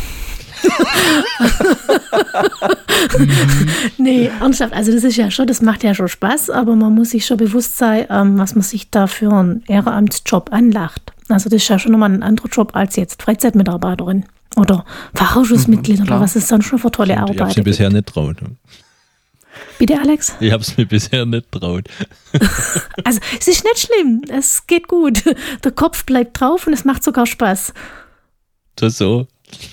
Nee, ernsthaft, also das ist ja schon, das macht ja schon Spaß, aber man muss sich schon bewusst sein, ähm, was man sich da für einen Ehrenamtsjob anlacht. Also das ist ja schon nochmal ein anderer Job als jetzt Freizeitmitarbeiterin oder Fachausschussmitglied Mhm, oder was es sonst schon für tolle Arbeit. Ich habe es mir bisher nicht traut. Bitte, Alex? Ich habe es mir bisher nicht traut. Also es ist nicht schlimm, es geht gut. Der Kopf bleibt drauf und es macht sogar Spaß. Das so.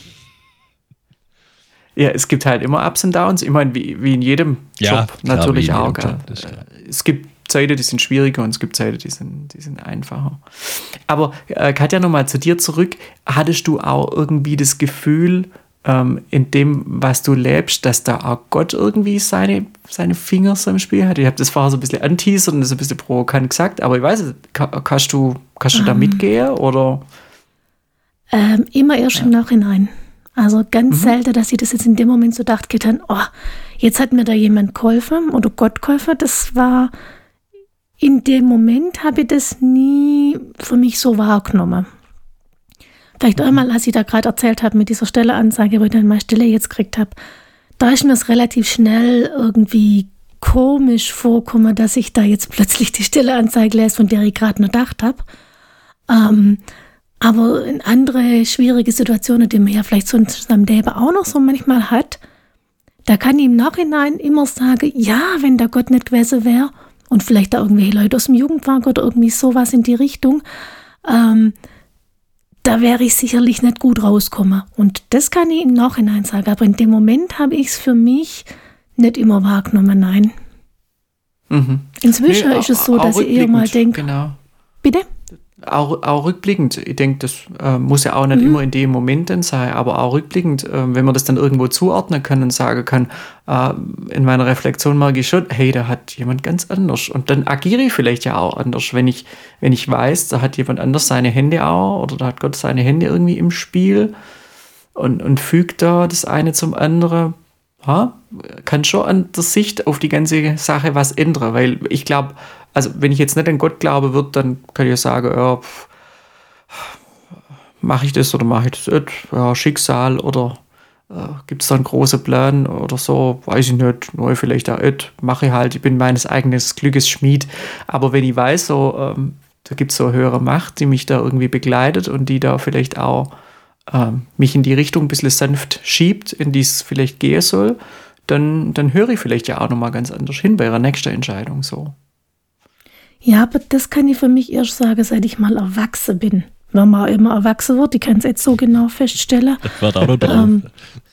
Ja, es gibt halt immer Ups und Downs. Ich meine, wie, wie in jedem Ja, Job klar, natürlich wie in jedem auch. Gell? Job, das ist klar. Es gibt Zeiten, die sind schwieriger und es gibt Zeiten, die sind, die sind einfacher. Aber äh, Katja, nochmal zu dir zurück. Hattest du auch irgendwie das Gefühl, ähm, in dem, was du lebst, dass da auch Gott irgendwie seine, seine Finger so im Spiel hat? Ich habe das vorher so ein bisschen anteasert und das ein bisschen provokant gesagt, aber ich weiß nicht, kannst du, kannst du da mitgehen oder? Ähm, immer erst ja. im Nachhinein. Also ganz mhm. selten, dass ich das jetzt in dem Moment so dachte, dann, oh, jetzt hat mir da jemand geholfen oder Gott geholfen. Das war, in dem Moment habe ich das nie für mich so wahrgenommen. Vielleicht mhm. einmal, als ich da gerade erzählt habe mit dieser Stelleanzeige, wo ich dann mal Stelle jetzt gekriegt habe, da ist mir es relativ schnell irgendwie komisch vorgekommen, dass ich da jetzt plötzlich die Stelleanzeige lese, von der ich gerade noch gedacht habe. Ähm, Aber in andere schwierige Situationen, die man ja vielleicht so in seinem Leben auch noch so manchmal hat, da kann ich im Nachhinein immer sagen, ja, wenn da Gott nicht gewesen wäre und vielleicht da irgendwelche Leute aus dem Jugendwerk oder irgendwie sowas in die Richtung, ähm, da wäre ich sicherlich nicht gut rausgekommen. Und das kann ich im Nachhinein sagen. Aber in dem Moment habe ich es für mich nicht immer wahrgenommen, nein. Mhm. Inzwischen nee, ist es so, dass ich eher mal denke, genau. Bitte? Auch, auch rückblickend, ich denke, das äh, muss ja auch nicht mhm. immer in dem Moment dann sein, aber auch rückblickend, äh, wenn man das dann irgendwo zuordnen kann und sagen kann, äh, in meiner Reflexion merke ich schon, hey, da hat jemand ganz anders. Und dann agiere ich vielleicht ja auch anders, wenn ich, wenn ich weiß, da hat jemand anders seine Hände auch oder da hat Gott seine Hände irgendwie im Spiel und, und fügt da das eine zum anderen. Ha? Kann schon an der Sicht auf die ganze Sache was ändern, weil ich glaube, also wenn ich jetzt nicht an Gott glaube wird, dann kann ich ja sagen, ja, mache ich das oder mache ich das nicht, ja, Schicksal oder äh, gibt es da einen großen Plan oder so, weiß ich nicht, neu vielleicht auch nicht, mache ich halt, ich bin meines eigenen Glückes Schmied, aber wenn ich weiß, so, ähm, da gibt es so eine höhere Macht, die mich da irgendwie begleitet und die da vielleicht auch ähm, mich in die Richtung ein bisschen sanft schiebt, in die es vielleicht gehen soll, dann, dann höre ich vielleicht ja auch nochmal ganz anders hin bei ihrer nächsten Entscheidung so. Ja, aber das kann ich für mich erst sagen, seit ich mal erwachsen bin. Wenn man immer erwachsen wird, ich kann es jetzt so genau feststellen. Das war da noch drauf. Ähm,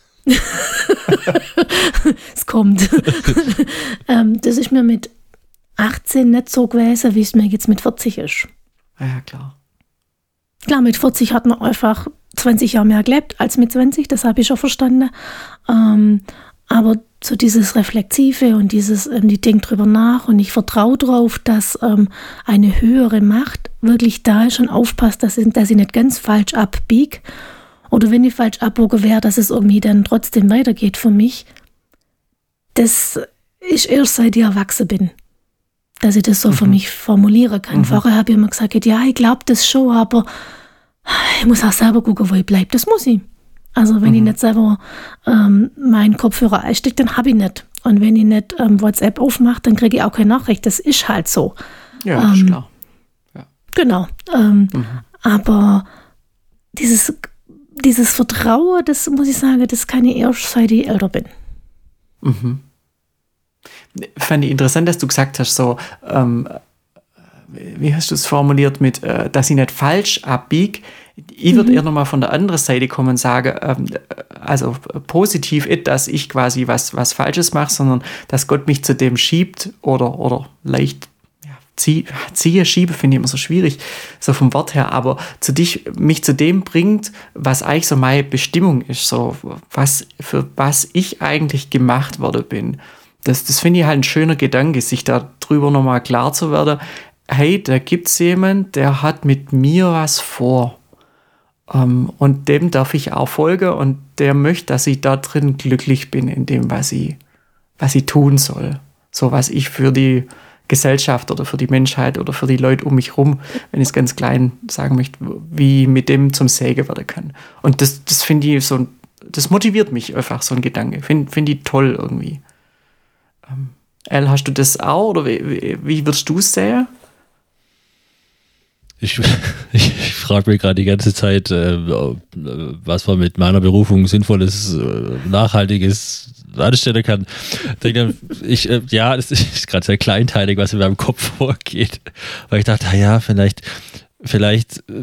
es kommt. ähm, das ist mir mit achtzehn nicht so gewesen, wie es mir jetzt mit vierzig ist. Ja, klar. Klar, mit vierzig hat man einfach zwanzig Jahre mehr gelebt als mit zwanzig, das habe ich schon verstanden. Ähm, aber so dieses Reflexive und dieses, ähm, die denkt drüber nach und ich vertraue darauf, dass ähm, eine höhere Macht wirklich da ist und aufpasst, dass ich, dass ich nicht ganz falsch abbiege. Oder wenn ich falsch abboge wäre, dass es irgendwie dann trotzdem weitergeht für mich. Das ist erst seit ich erwachsen bin, dass ich das so mhm. für mich formulieren kann. Mhm. Vorher habe ich immer gesagt, ja, ich glaube das schon, aber ich muss auch selber gucken, wo ich bleibe. Das muss ich. Also wenn mhm. ich nicht selber ähm, meinen Kopfhörer einstecke, dann habe ich nicht. Und wenn ich nicht ähm, WhatsApp aufmache, dann kriege ich auch keine Nachricht. Das ist halt so. Ja, ähm, ist klar. Ja. Genau. Ähm, mhm. Aber dieses, dieses Vertrauen, das muss ich sagen, das kann ich erst, seit ich älter bin. Mhm. Fand ich interessant, dass du gesagt hast, so, ähm, wie hast du es formuliert mit, äh, dass ich nicht falsch abbiege. Ich würde mhm. eher nochmal von der anderen Seite kommen und sagen, ähm, also positiv nicht, dass ich quasi was, was Falsches mache, sondern dass Gott mich zu dem schiebt oder, oder leicht ja, zieh, ziehe, schiebe, finde ich immer so schwierig, so vom Wort her, aber zu dich, mich zu dem bringt, was eigentlich so meine Bestimmung ist, so was, für was ich eigentlich gemacht worden bin. Das, das finde ich halt ein schöner Gedanke, sich darüber nochmal klar zu werden, hey, da gibt es jemanden, der hat mit mir was vor. Um, und dem darf ich auch folgen und der möchte, dass ich da drin glücklich bin in dem, was ich, was ich tun soll. So was ich für die Gesellschaft oder für die Menschheit oder für die Leute um mich rum, wenn ich es ganz klein sagen möchte, wie mit dem zum Segen werden kann. Und das, das finde ich so, das motiviert mich einfach, so ein Gedanke. Finde find ich toll irgendwie. Ähm, El, hast du das auch oder wie, wie, wie würdest du es sehen? Ich, ich, ich frage mich gerade die ganze Zeit, äh, was man mit meiner Berufung Sinnvolles, äh, Nachhaltiges anstellen kann. Ich denke, ich, äh, ja, das ist gerade sehr kleinteilig, was in meinem Kopf vorgeht. Weil ich dachte, ja, vielleicht, vielleicht, äh,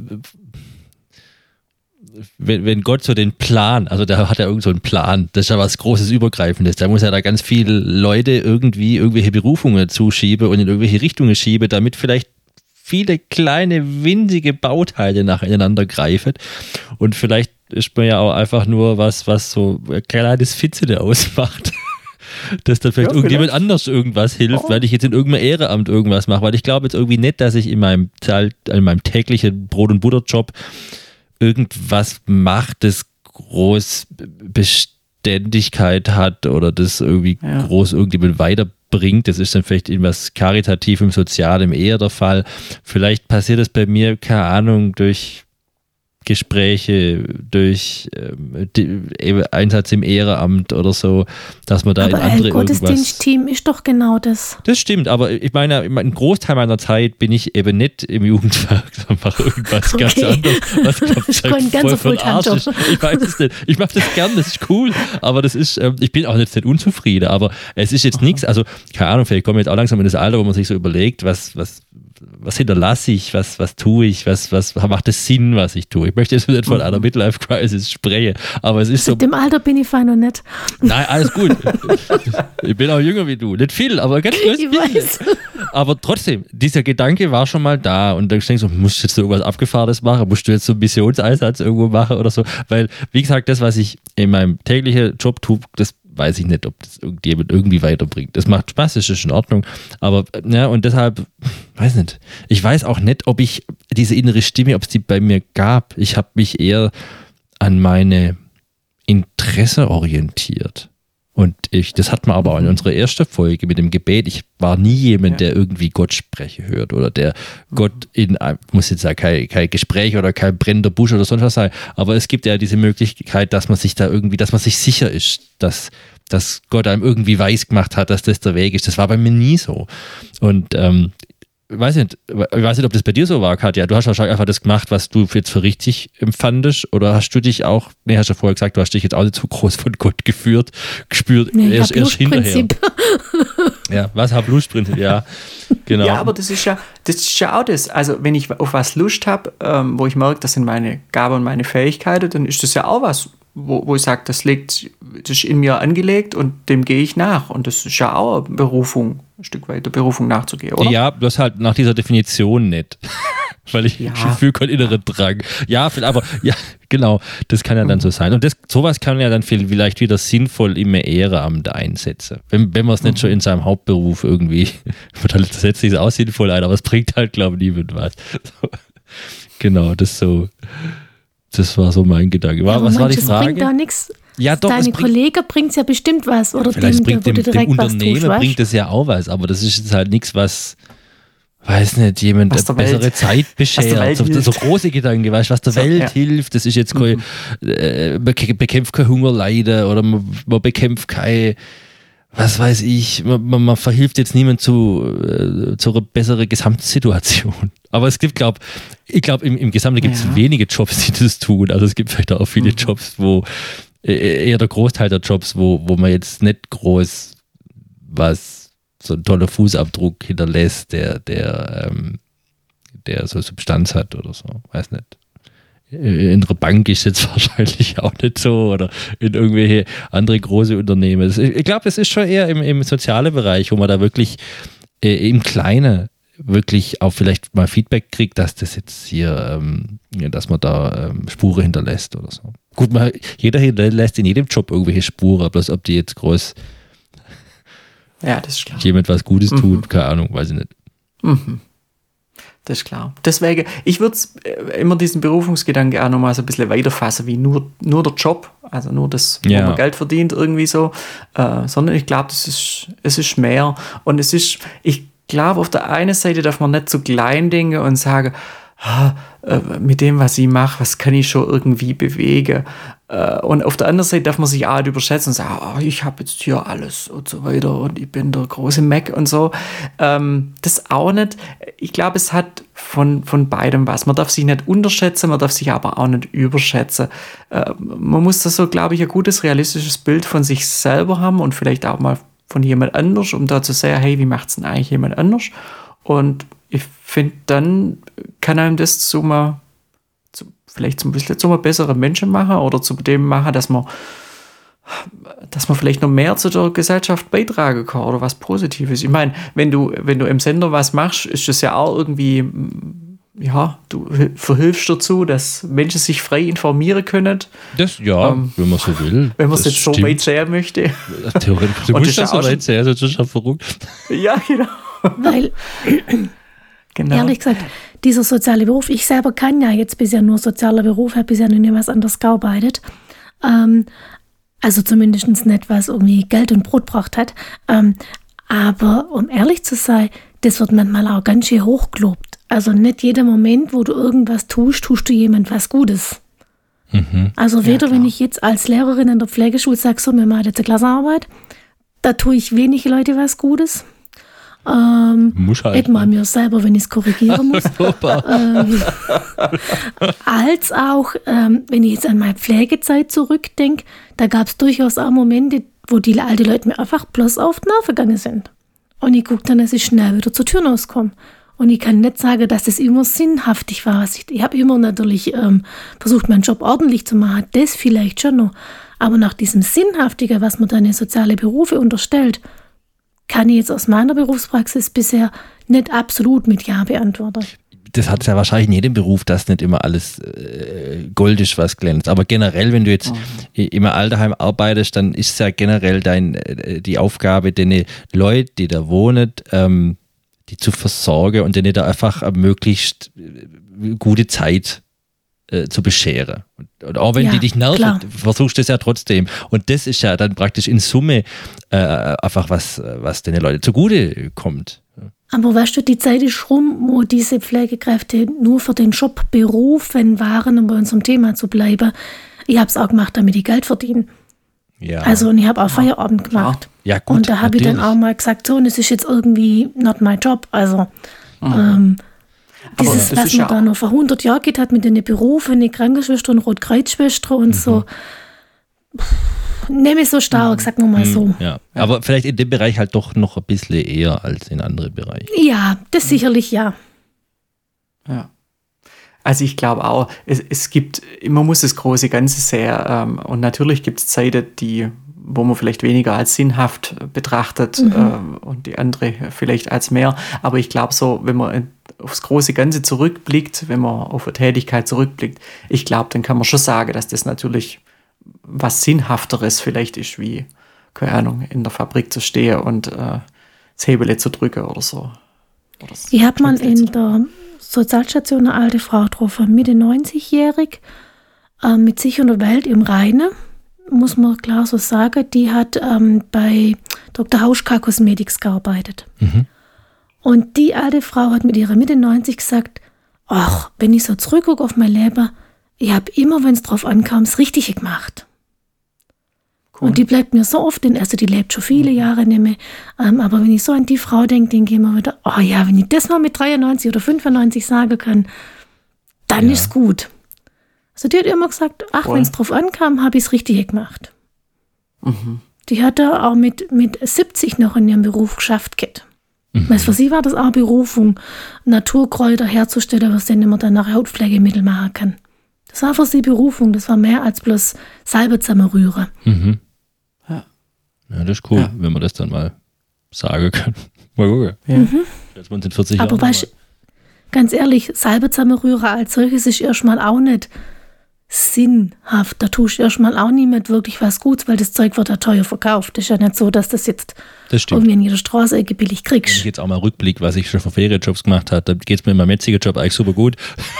wenn, wenn Gott so den Plan, also da hat er irgend so einen Plan, das ist ja was Großes, Übergreifendes, da muss er da ganz viele Leute irgendwie irgendwelche Berufungen zuschieben und in irgendwelche Richtungen schieben, damit vielleicht viele kleine, winzige Bauteile nacheinander greifen. Und vielleicht ist man ja auch einfach nur was, was so ein kleines Fitzele ausmacht. Dass dann vielleicht ja, irgendjemand vielleicht. anders irgendwas hilft, oh. weil ich jetzt in irgendeinem Ehrenamt irgendwas mache. Weil ich glaube jetzt irgendwie nicht, dass ich in meinem, in meinem täglichen Brot- und Butterjob irgendwas mache, das groß Beständigkeit hat oder das irgendwie ja. groß irgendjemand weiterbringt. Das ist dann vielleicht irgendwas Karitativem, Sozialem eher der Fall. Vielleicht passiert das bei mir, keine Ahnung, durch Gespräche, durch ähm, die, Einsatz im Ehrenamt oder so, dass man da aber in andere irgendwas... Aber ein Gottesdienstteam ist doch genau das. Das stimmt, aber ich meine, einen Großteil meiner Zeit bin ich eben nicht im Jugendwerk, sondern mache irgendwas okay. ganz anderes. Was glaub, ich voll, ganz voll von Arsch ist. Ich weiß es nicht. Ich mache das gern, das ist cool, aber das ist, ähm, ich bin auch jetzt nicht unzufrieden, aber es ist jetzt nichts, also keine Ahnung, vielleicht komme ich jetzt auch langsam in das Alter, wo man sich so überlegt, was, was was hinterlasse ich, was, was tue ich, was, was macht es Sinn, was ich tue. Ich möchte jetzt nicht von einer Midlife-Crisis sprechen, aber es ist so... Mit dem Alter bin ich fein und nett. Nein, alles gut. Ich bin auch jünger wie du. Nicht viel, aber ganz viel. Ich weiß. Aber trotzdem, dieser Gedanke war schon mal da und dann denkst du, musst du jetzt so irgendwas Abgefahrenes machen? Musst du jetzt so einen Missionseinsatz irgendwo machen oder so? Weil, wie gesagt, das, was ich in meinem täglichen Job tue, das weiß ich nicht, ob das irgendjemand irgendwie weiterbringt. Das macht Spaß, das ist in Ordnung. Aber, ja, und deshalb, weiß nicht. Ich weiß auch nicht, ob ich diese innere Stimme, ob es die bei mir gab. Ich habe mich eher an meine Interesse orientiert. Und ich, das hat man aber auch in unserer ersten Folge mit dem Gebet. Ich war nie jemand, ja. der irgendwie Gott sprechen hört oder der Gott in, muss jetzt ja kein, kein Gespräch oder kein brennender Busch oder sonst was sein. Aber es gibt ja diese Möglichkeit, dass man sich da irgendwie, dass man sich sicher ist, dass, dass Gott einem irgendwie weiß gemacht hat, dass das der Weg ist. Das war bei mir nie so. Und ähm, ich weiß nicht, ich weiß nicht, ob das bei dir so war, Katja. Du hast wahrscheinlich einfach das gemacht, was du jetzt für richtig empfandest. Oder hast du dich auch, nee, hast du ja vorher gesagt, du hast dich jetzt auch nicht so groß von Gott geführt, gespürt, nee, erst, erst hinterher. Ja, was hab Lustprinzip, ja, genau. Ja, aber das ist ja, das ist ja auch das. Also, wenn ich auf was Lust habe, ähm, wo ich merke, das sind meine Gaben und meine Fähigkeiten, dann ist das ja auch was, wo, wo ich sage, das liegt, das ist in mir angelegt und dem gehe ich nach. Und das ist ja auch eine Berufung, ein Stück weit der Berufung nachzugehen, oder? Ja, das halt nach dieser Definition nicht. Weil ich, ja. ich fühle keinen inneren Drang. Ja, aber ja, genau, das kann ja dann so sein. Und das, sowas kann man ja dann vielleicht wieder sinnvoll im Ehrenamt einsetzen. Wenn, wenn man es nicht mhm. schon in seinem Hauptberuf irgendwie, das setzt sich auch sinnvoll ein, aber es bringt halt, glaube ich, niemand was. So. Genau, das so, das war so mein Gedanke. War, ja, was war die das Frage? Bringt da nichts. Ja, doch, deine Kollegen bringt es ja bestimmt was. Oder vielleicht dem, bringt dem, dem, dem Unternehmen tust, bringt es ja auch was, aber das ist jetzt halt nichts, was, weiß nicht, jemand eine bessere Welt, Zeit beschert. So, so große Gedanken, weißt du, was der so, Welt ja. hilft. Das ist jetzt kein, mhm. äh, bekämpft kein Hungerleiden oder man, man bekämpft kein, was weiß ich, man, man, man verhilft jetzt niemand zu, äh, zu einer besseren Gesamtsituation. Aber es gibt, glaub, ich glaube, im, im Gesamten gibt es ja. wenige Jobs, die das tun. Also es gibt vielleicht auch viele mhm. Jobs, wo eher der Großteil der Jobs, wo, wo man jetzt nicht groß was, so ein toller Fußabdruck hinterlässt, der, der, ähm, der so Substanz hat oder so, weiß nicht. In der Bank ist jetzt wahrscheinlich auch nicht so oder in irgendwelche andere große Unternehmen. Ich glaube, es ist schon eher im, im sozialen Bereich, wo man da wirklich äh, im Kleinen wirklich auch vielleicht mal Feedback kriegt, dass das jetzt hier, ähm, dass man da ähm, Spuren hinterlässt oder so. Gut, man, jeder hinterlässt in jedem Job irgendwelche Spuren, bloß ob die jetzt groß ja, das ist klar. jemand was Gutes mhm. tut, keine Ahnung, weiß ich nicht. Mhm. Das ist klar. Deswegen, ich würde immer diesen Berufungsgedanke auch nochmal so ein bisschen weiterfassen, wie nur, nur der Job, also nur das, wo ja. man Geld verdient, irgendwie so, äh, sondern ich glaube, das ist, es ist mehr. Und es ist, ich glaube, auf der einen Seite darf man nicht zu klein denken und sagen, ah, äh, mit dem, was ich mache, was kann ich schon irgendwie bewegen. Äh, und auf der anderen Seite darf man sich auch nicht überschätzen und sagen, oh, ich habe jetzt hier alles und so weiter und ich bin der große Mac und so. Ähm, das auch nicht. Ich glaube, es hat von, von beidem was. Man darf sich nicht unterschätzen, man darf sich aber auch nicht überschätzen. Äh, man muss da so, glaube ich, ein gutes, realistisches Bild von sich selber haben und vielleicht auch mal von jemand anders, um da zu sagen, hey, wie macht es denn eigentlich jemand anders? Und ich finde, dann kann einem das zu mal, zu, vielleicht so ein bisschen zu einem besseren Menschen machen oder zu dem machen, dass man, dass man vielleicht noch mehr zu der Gesellschaft beitragen kann oder was Positives. Ich meine, wenn du, wenn du im Sender was machst, ist das ja auch irgendwie, ja, du verhilfst dazu, dass Menschen sich frei informieren können. Das, ja, ähm, wenn man so will. Wenn man es jetzt stimmt. so weit sehen möchte. Theoretisch, du musst das so weit sehen, sonst ist schon verrückt. Ja, genau. Weil, genau. Ehrlich gesagt, dieser soziale Beruf, ich selber kann ja jetzt bisher nur sozialer Beruf, habe bisher noch nie was anderes gearbeitet. Ähm, also zumindest nicht, was irgendwie Geld und Brot gebracht hat. Ähm, aber um ehrlich zu sein, das wird manchmal auch ganz schön hochgelobt. Also nicht jeder Moment, wo du irgendwas tust, tust du jemand was Gutes. Mhm. Also weder, ja, wenn ich jetzt als Lehrerin in der Pflegeschule sage, so, wir machen jetzt eine Klassenarbeit, da tue ich wenig Leute was Gutes. Ähm, muss halt. Etwa mir selber, wenn ich es korrigieren muss. ähm, als auch, ähm, wenn ich jetzt an meine Pflegezeit zurückdenke, da gab es durchaus auch Momente, wo die alten Leute mir einfach bloß auf die Nerven gegangen sind. Und ich gucke dann, dass ich schnell wieder zur Tür rauskomme. Und ich kann nicht sagen, dass das immer sinnhaftig war. Ich, ich habe immer natürlich ähm, versucht, meinen Job ordentlich zu machen. Das vielleicht schon noch. Aber nach diesem Sinnhaftigen, was man dann in soziale Berufe unterstellt, kann ich jetzt aus meiner Berufspraxis bisher nicht absolut mit Ja beantworten. Das hat ja wahrscheinlich in jedem Beruf, dass nicht immer alles äh, Gold ist, was glänzt. Aber generell, wenn du jetzt mhm. im Altersheim arbeitest, dann ist ja generell dein, äh, die Aufgabe, deine Leute, die da wohnen, ähm, die zu versorgen und denen da einfach eine möglichst gute Zeit äh, zu bescheren. Und, und auch wenn ja, die dich nerven, klar. versuchst du das ja trotzdem. Und das ist ja dann praktisch in Summe äh, einfach was, was den Leuten zugute kommt. Aber weißt du, die Zeit ist rum, wo diese Pflegekräfte nur für den Job berufen waren, um bei unserem Thema zu bleiben. Ich habe es auch gemacht, damit ich Geld verdiene. Ja. Also und ich habe auch Feierabend gemacht. Ja, gut, und da habe ich dann auch mal gesagt, so, und es ist jetzt irgendwie not my job. Also mhm. ähm, dieses, was man ja da noch vor hundert Jahren geht hat mit den Berufen, eine Krankenschwester und Rotkreuzschwester und mhm. so. Nehme ich so stark, mhm. sagen wir mal so. Ja. Ja. Aber vielleicht in dem Bereich halt doch noch ein bisschen eher als in anderen Bereichen. Ja, das sicherlich ja. Ja. Also ich glaube auch, es, es gibt, man muss das große Ganze sehen ähm, und natürlich gibt es Zeiten, die, wo man vielleicht weniger als sinnhaft betrachtet mhm. äh, und die andere vielleicht als mehr, aber ich glaube so, wenn man aufs große Ganze zurückblickt, wenn man auf eine Tätigkeit zurückblickt, ich glaube, dann kann man schon sagen, dass das natürlich was Sinnhafteres vielleicht ist, wie, keine Ahnung, in der Fabrik zu stehen und äh, das Hebel zu drücken oder so. Oder ich habe mal in der Sozialstation eine alte Frau getroffen, Mitte neunzigjährig, äh, mit sich und der Welt im Rheine, muss man klar so sagen. Die hat ähm, bei Doktor Hauschka Cosmetics gearbeitet. Mhm. Und die alte Frau hat mit ihrer Mitte neunzig gesagt, ach, wenn ich so zurückgucke auf mein Leben, ich habe immer, wenn es drauf ankam, das Richtige gemacht. Cool. Und die bleibt mir so oft, denn also die lebt schon viele Jahre nicht mehr, ähm, aber wenn ich so an die Frau denke, denke ich immer wieder, oh ja, wenn ich das mal mit dreiundneunzig oder fünfundneunzig sagen kann, dann ja. ist gut. Also die hat immer gesagt, ach, wenn es drauf ankam, habe ich es Richtige gemacht. Mhm. Die hat da auch mit, mit siebzig noch in ihrem Beruf geschafft. Mhm. Weil für sie war das auch Berufung, Naturkräuter herzustellen, was denen man dann nach Hautpflegemittel machen kann. Das war für sie Berufung, das war mehr als bloß Salbe zusammenrühren. Mhm. Ja. ja, das ist cool, ja. wenn man das dann mal sagen kann. Mal gucken. Ja. Mhm. Jetzt sind vierzig Aber weißt, ganz ehrlich, Salbe zusammenrühren als solches ist erstmal auch nicht sinnhaft. Da tust du erstmal auch niemand wirklich was Gutes, weil das Zeug wird ja teuer verkauft. Das ist ja nicht so, dass das jetzt Das stimmt. irgendwie in jeder Straße billig Wenn ich kriegst. jetzt auch mal Rückblick, was ich schon für Ferienjobs gemacht habe, dann geht es mir in meinem jetzigen Job eigentlich super gut.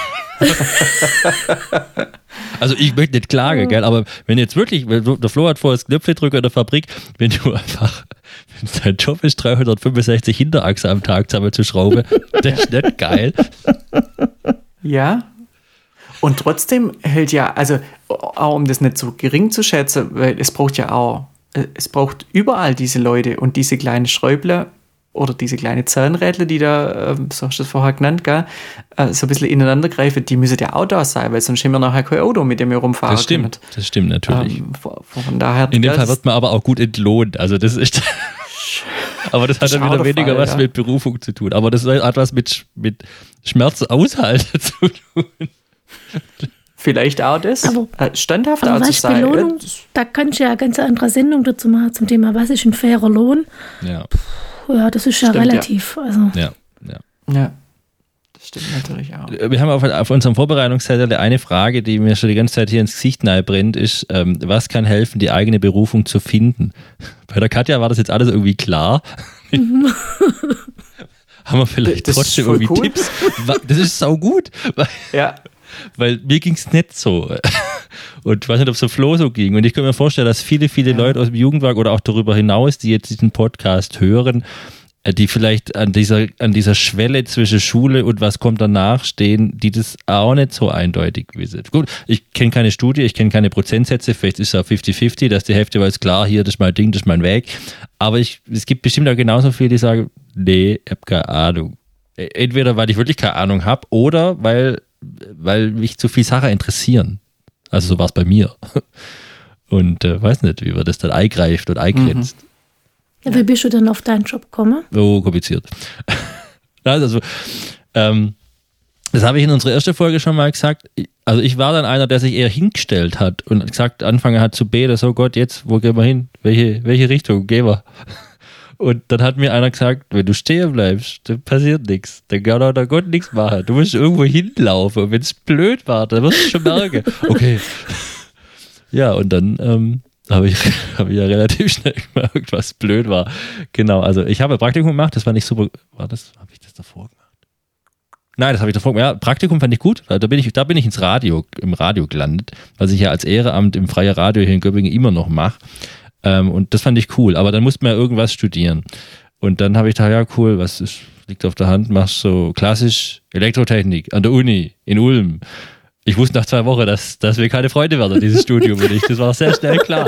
Also ich möchte nicht klagen, gell, aber wenn jetzt wirklich, weil der Flo hat vorher das Knöpfedrücker in der Fabrik, wenn du einfach, wenn dein Job ist, dreihundertfünfundsechzig Hinterachse am Tag zusammen zu schrauben, das ist nicht geil. Ja. Und trotzdem hält ja, also auch um das nicht so gering zu schätzen, weil es braucht ja auch, es braucht überall diese Leute und diese kleinen Schräubler oder diese kleinen Zahnrädler, die da, so hast du das vorher genannt, gell, so ein bisschen ineinander greifen, die müssen ja auch da sein, weil sonst haben wir nachher kein Auto, mit dem wir rumfahren Das stimmt, können. das stimmt natürlich. Ähm, von, von daher, In dem gell, Fall wird man aber auch gut entlohnt, also das ist... Aber das, Das hat ist dann wieder auch der weniger Fall, was ja. mit Berufung zu tun. Aber das hat was mit, mit Schmerz aushalten zu tun. vielleicht auch das, Aber- äh, standhaft Aber auch zu weißt du, sein. Belohnung, Ja, das- da kannst du ja eine ganz andere Sendung dazu machen, zum Thema, was ist ein fairer Lohn? Ja, Ja, das ist ja Stimmt, ja. relativ. Also, ja, ja. Ja, das stimmt natürlich auch. Wir haben auf, auf unserem Vorbereitungszettel eine Frage, die mir schon die ganze Zeit hier ins Gesicht nahe brennt, ist, ähm, was kann helfen, die eigene Berufung zu finden? Bei der Katja war das jetzt alles irgendwie klar. Haben wir vielleicht Das ist trotzdem voll irgendwie cool. Tipps? Wa- Das ist saugut, weil, Ja, weil mir ging es nicht so. Und ich weiß nicht, ob es so Flo so ging. Und ich kann mir vorstellen, dass viele, viele Leute aus dem Jugendwerk oder auch darüber hinaus, die jetzt diesen Podcast hören, äh, die vielleicht an dieser, an dieser Schwelle zwischen Schule und was kommt danach stehen, die das auch nicht so eindeutig wissen. Gut, ich kenne keine Studie, ich kenne keine Prozentsätze, vielleicht ist es auch fünfzig fünfzig, dass die Hälfte weiß, klar, hier, das ist mein Ding, das ist mein Weg. Aber ich, es gibt bestimmt auch genauso viele, die sagen, nee, ich habe keine Ahnung. Entweder, weil ich wirklich keine Ahnung habe oder weil, weil mich zu viele Sachen interessieren. Also so war es bei mir. Und äh, weiß nicht, wie man das dann eingreift und eingrenzt. ja, wie bist du denn auf deinen Job gekommen? So kompliziert. Also, ähm, das habe ich in unserer ersten Folge schon mal gesagt. Also ich war dann einer, der sich eher hingestellt hat und gesagt, angefangen hat zu beten, so Gott, jetzt, wo gehen wir hin? Welche, welche Richtung gehen wir? Und dann hat mir einer gesagt, wenn du stehen bleibst, dann passiert nichts. Dann kann auch der Gott nichts machen. Du musst irgendwo hinlaufen. Und wenn es blöd war, dann wirst du schon merken. Okay. Ja, und dann ähm, habe ich, hab ich ja relativ schnell gemerkt, was blöd war. Genau, also ich habe ein Praktikum gemacht, das war nicht super. War das, habe ich das davor gemacht? Nein, das habe ich davor gemacht. Ja, Praktikum fand ich gut. Da bin ich, da bin ich ins Radio, im Radio gelandet, was ich ja als Ehrenamt im Freien Radio hier in Göppingen immer noch mache. Ähm, und das fand ich cool. Aber dann musste man ja irgendwas studieren. Und dann habe ich gedacht, ja cool, was ist, liegt auf der Hand, machst so klassisch Elektrotechnik an der Uni in Ulm. Ich wusste nach zwei Wochen, dass, dass wir keine Freunde werden, dieses Studium und ich. Das war sehr schnell klar.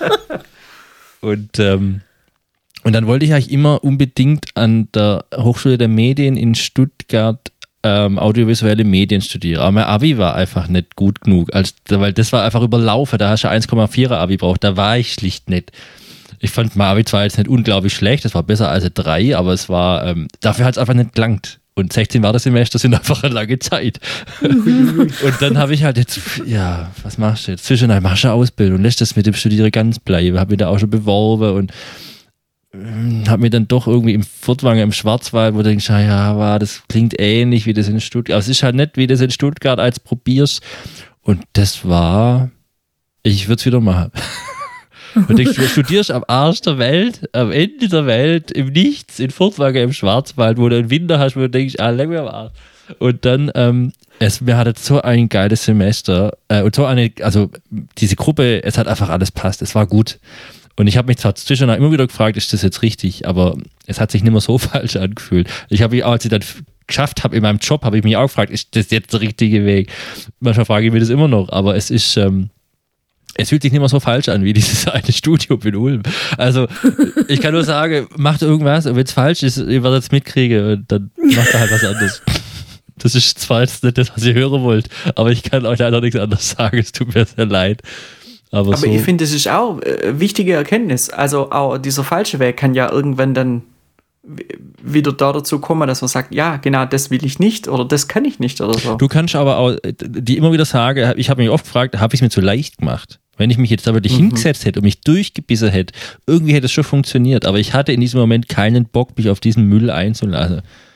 Und, ähm, und dann wollte ich eigentlich immer unbedingt an der Hochschule der Medien in Stuttgart ähm, audiovisuelle Medien studieren. Aber mein Abi war einfach nicht gut genug, als, weil das war einfach überlaufen. Da hast du eins Komma vierer Abi braucht. Da war ich schlicht nicht. Ich fand mein Abi zwar jetzt nicht unglaublich schlecht, das war besser als ein drei, aber es war, ähm, dafür hat es einfach nicht gelangt. Und sechzehn Wartesemester sind einfach eine lange Zeit. Und dann habe ich halt jetzt, ja, was machst du jetzt? Zwischendurch machst du eine Ausbildung, lässt das mit dem Studieren ganz bleiben. Habe mich da auch schon beworben und ähm, habe mir dann doch irgendwie im Furtwanger, im Schwarzwald, wo du denkst, ja, war, das klingt ähnlich wie das in Stuttgart. Aber es ist halt nicht wie das in Stuttgart als probierst. Und das war, ich würde es wieder machen. Und du studierst am Arsch der Welt, am Ende der Welt, im Nichts, in Furtwanger im Schwarzwald, wo du einen Winter hast, wo du denkst, ah, leck mir am Arsch. Und dann, ähm, es, mir hat so ein geiles Semester äh, und so eine, also diese Gruppe, es hat einfach alles passt, es war gut. Und ich habe mich zwar zwischendurch immer wieder gefragt, ist das jetzt richtig, aber es hat sich nicht mehr so falsch angefühlt. Ich habe mich auch, als ich dann geschafft habe in meinem Job, habe ich mich auch gefragt, ist das jetzt der richtige Weg? Manchmal frage ich mich das immer noch, aber es ist, ähm, es fühlt sich nicht mehr so falsch an wie dieses eine Studium in Ulm. Also ich kann nur sagen, macht irgendwas und wenn es falsch ist, ihr werdet es mitkriegen und dann macht er halt was anderes. Das ist zwar jetzt nicht das, was ihr hören wollt, aber ich kann euch leider nichts anderes sagen, es tut mir sehr leid. Aber, Aber so, ich finde, das ist auch eine wichtige Erkenntnis. Also auch dieser falsche Weg kann ja irgendwann dann w- wieder da dazu kommen, dass man sagt, ja, genau, das will ich nicht oder das kann ich nicht oder so. du kannst aber auch, die immer wieder sagen, ich habe mich oft gefragt, habe ich es mir zu leicht gemacht? Wenn ich mich jetzt da wirklich mhm. hingesetzt hätte und mich durchgebissen hätte, irgendwie hätte es schon funktioniert. Aber ich hatte in diesem Moment keinen Bock, mich auf diesen Müll einzulassen.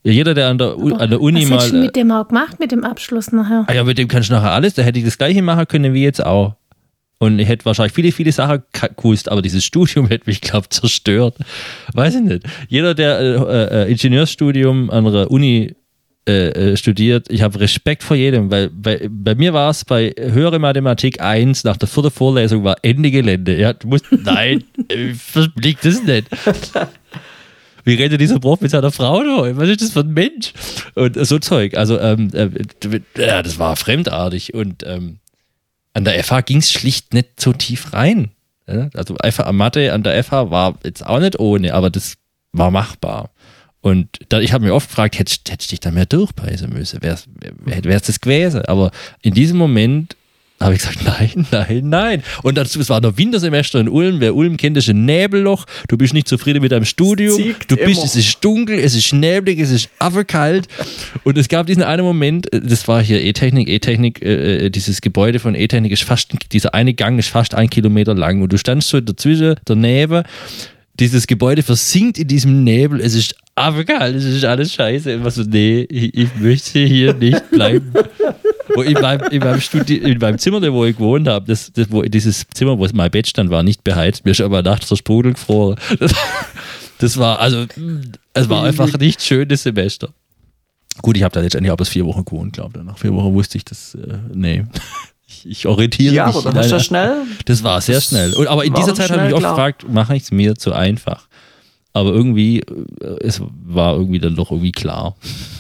Ja, jeder, der an der, U- an der Uni was mal. hättest du mit dem auch gemacht, mit dem Abschluss nachher? Ah ja, mit dem kannst du nachher alles. Da hätte ich das Gleiche machen können wie jetzt auch. Und ich hätte wahrscheinlich viele, viele Sachen gewusst, aber dieses Studium hätte mich, glaube ich, zerstört. Weiß ich nicht. Jeder, der äh, äh, Ingenieurstudium an der Uni äh, studiert, ich habe Respekt vor jedem, weil bei, bei mir war es bei höhere Mathematik eins, nach der vierten Vorlesung war Ende Gelände. Ja, du musst, nein, liegt das nicht. Wie redet dieser Prof mit seiner Frau noch? Was ist das für ein Mensch? Und so Zeug. Also, ähm, äh, ja, das war fremdartig und ähm, an der F H ging es schlicht nicht so tief rein. Also einfach an Mathe an der F H war jetzt auch nicht ohne, aber das war machbar. Und da, ich habe mir oft gefragt, hättest du dich da mehr durchbeißen müssen? Wäre es das gewesen? Aber in diesem Moment habe ich gesagt, nein, nein, nein. Und dazu, es war noch Wintersemester in Ulm. Wer Ulm kennt, ist ein Nebelloch. Du bist nicht zufrieden mit deinem Studium. Du bist, immer. Es ist dunkel, es ist neblig, es ist affekalt. Und es gab diesen einen Moment, das war hier E-Technik, E-Technik, äh, dieses Gebäude von E-Technik ist fast, dieser eine Gang ist fast ein Kilometer lang. Und du standst so dazwischen, daneben. Dieses Gebäude versinkt in diesem Nebel. Es ist affekalt, es ist alles scheiße. Und was so, nee, ich, ich möchte hier nicht bleiben. Wo in, meinem, in, meinem Studi- in meinem Zimmer, wo ich gewohnt habe, das, das, wo, dieses Zimmer, wo mein Bett stand, war nicht beheizt. Mir ist aber nachts der Sprudel gefroren. Das, das war, also, es war einfach nicht schön, das Semester. Gut, ich habe da letztendlich auch bis vier Wochen gewohnt, glaube ich. Nach vier Wochen wusste ich das, äh, nee. Ich, ich orientiere ja, mich. Ja, aber dann ist das schnell. Das war sehr schnell. Und, aber in dieser Zeit habe ich mich oft gefragt, mache ich es mir zu einfach? Aber irgendwie, es war irgendwie dann doch irgendwie klar.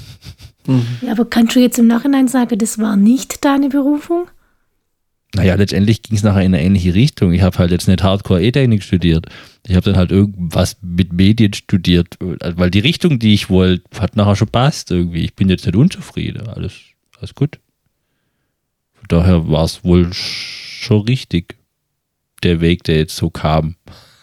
Ja, aber kannst du jetzt im Nachhinein sagen, das war nicht deine Berufung? Naja, letztendlich ging es nachher in eine ähnliche Richtung. Ich habe halt jetzt nicht Hardcore E-Technik studiert. Ich habe dann halt irgendwas mit Medien studiert, weil die Richtung, die ich wollte, hat nachher schon passt irgendwie. Ich bin jetzt nicht unzufrieden. Alles, alles gut. Von daher war es wohl schon richtig, der Weg, der jetzt so kam.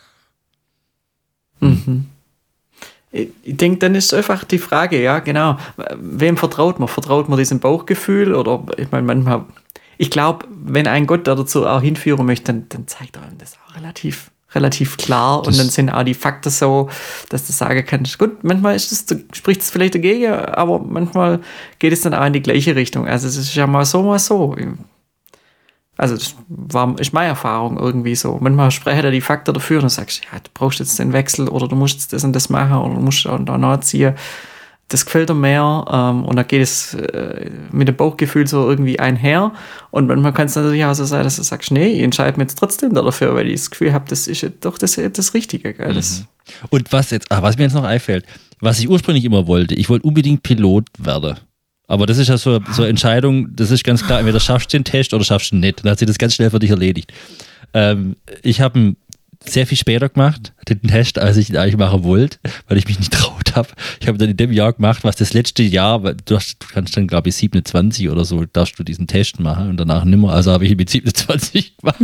Mhm. Ich denke, dann ist einfach die Frage, ja, genau, wem vertraut man? Vertraut man diesem Bauchgefühl? Oder, ich meine, manchmal, ich glaube, wenn ein Gott da dazu auch hinführen möchte, dann, dann zeigt er einem das auch relativ, relativ klar. Das und dann sind auch die Fakten so, dass du sagen kannst, gut, manchmal ist das, spricht es vielleicht dagegen, aber manchmal geht es dann auch in die gleiche Richtung. Also es ist ja mal so, mal so. Also das war, ist meine Erfahrung irgendwie so. Manchmal sprechen da die Fakten dafür und du sagst, ja, du brauchst jetzt den Wechsel oder du musst jetzt das und das machen oder du musst da nachziehen. Das gefällt dir mehr ähm, und dann geht es äh, mit dem Bauchgefühl so irgendwie einher. Und manchmal kann es natürlich auch so sein, dass du sagst, nee, ich entscheide mich jetzt trotzdem dafür, weil ich das Gefühl habe, das ist doch das, das Richtige. Gell? Das mhm. Und was jetzt, ah, was mir jetzt noch einfällt, was ich ursprünglich immer wollte, ich wollte unbedingt Pilot werden. Aber das ist ja so, so eine Entscheidung, das ist ganz klar, entweder schaffst du den Test oder schaffst du ihn nicht. Dann hat sich das ganz schnell für dich erledigt. Ähm, ich habe ihn sehr viel später gemacht, den Test, als ich ihn eigentlich machen wollte, weil ich mich nicht traut habe. Ich habe dann in dem Jahr gemacht, was das letzte Jahr, weil du, hast, du kannst dann, glaube ich, siebenundzwanzig oder so, darfst du diesen Test machen und danach nimmer. Also habe ich ihn mit siebenundzwanzig gemacht.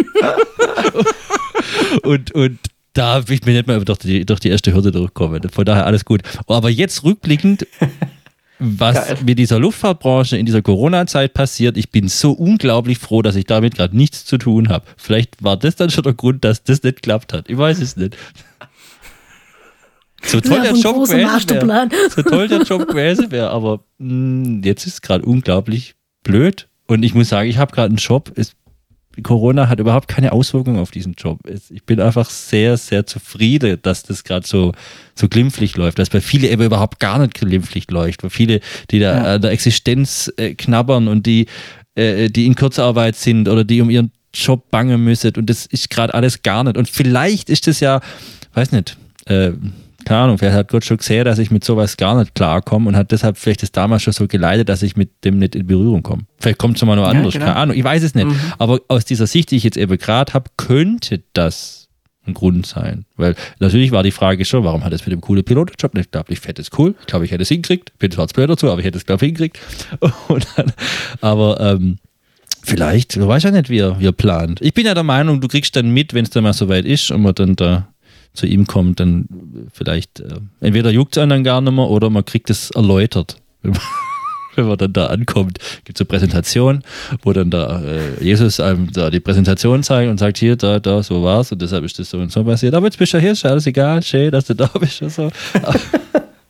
und, und da bin ich mir nicht mehr durch die, durch die erste Hürde durchgekommen. Von daher alles gut. Aber jetzt rückblickend, was Geil. mit dieser Luftfahrtbranche in dieser Corona-Zeit passiert, ich bin so unglaublich froh, dass ich damit gerade nichts zu tun habe. Vielleicht war das dann schon der Grund, dass das nicht geklappt hat. Ich weiß es nicht. So toll, ja, der, Job wär, so toll der Job gewesen wäre, aber mh, jetzt ist es gerade unglaublich blöd. Und ich muss sagen, ich habe gerade einen Job, es, Corona hat überhaupt keine Auswirkungen auf diesen Job. Ich bin einfach sehr, sehr zufrieden, dass das gerade so, so glimpflich läuft, dass bei vielen eben überhaupt gar nicht glimpflich läuft, weil viele, die da ja. an der Existenz äh, knabbern und die, äh, die in Kurzarbeit sind oder die um ihren Job bangen müssen und das ist gerade alles gar nicht. Und vielleicht ist das ja, weiß nicht, äh, keine Ahnung, vielleicht hat Gott schon gesehen, dass ich mit sowas gar nicht klarkomme und hat deshalb vielleicht das damals schon so geleitet, dass ich mit dem nicht in Berührung komme. Vielleicht kommt es mal noch anders, ja, genau. Keine Ahnung, ich weiß es nicht. Mhm. Aber aus dieser Sicht, die ich jetzt eben gerade habe, könnte das ein Grund sein. Weil natürlich war die Frage schon, warum hat es mit dem coolen Pilotenjob nicht geklappt? Ich fände es cool, ich glaube, ich hätte es hingekriegt, bin zwar blöd dazu, aber ich hätte es, glaube ich, hingekriegt. Und dann, aber ähm, vielleicht, du weißt ja nicht, wie er, wie er plant. Ich bin ja der Meinung, du kriegst dann mit, wenn es dann mal soweit ist und man dann da zu ihm kommt, dann vielleicht, äh, entweder juckt es einen dann gar nicht mehr oder man kriegt es erläutert. Wenn man dann da ankommt, gibt es eine Präsentation, wo dann da äh, Jesus einem da die Präsentation zeigt und sagt, hier, da, da, so war's und deshalb ist das so und so passiert. Aber jetzt bist du hier, ist alles egal, schön, dass du da bist und so.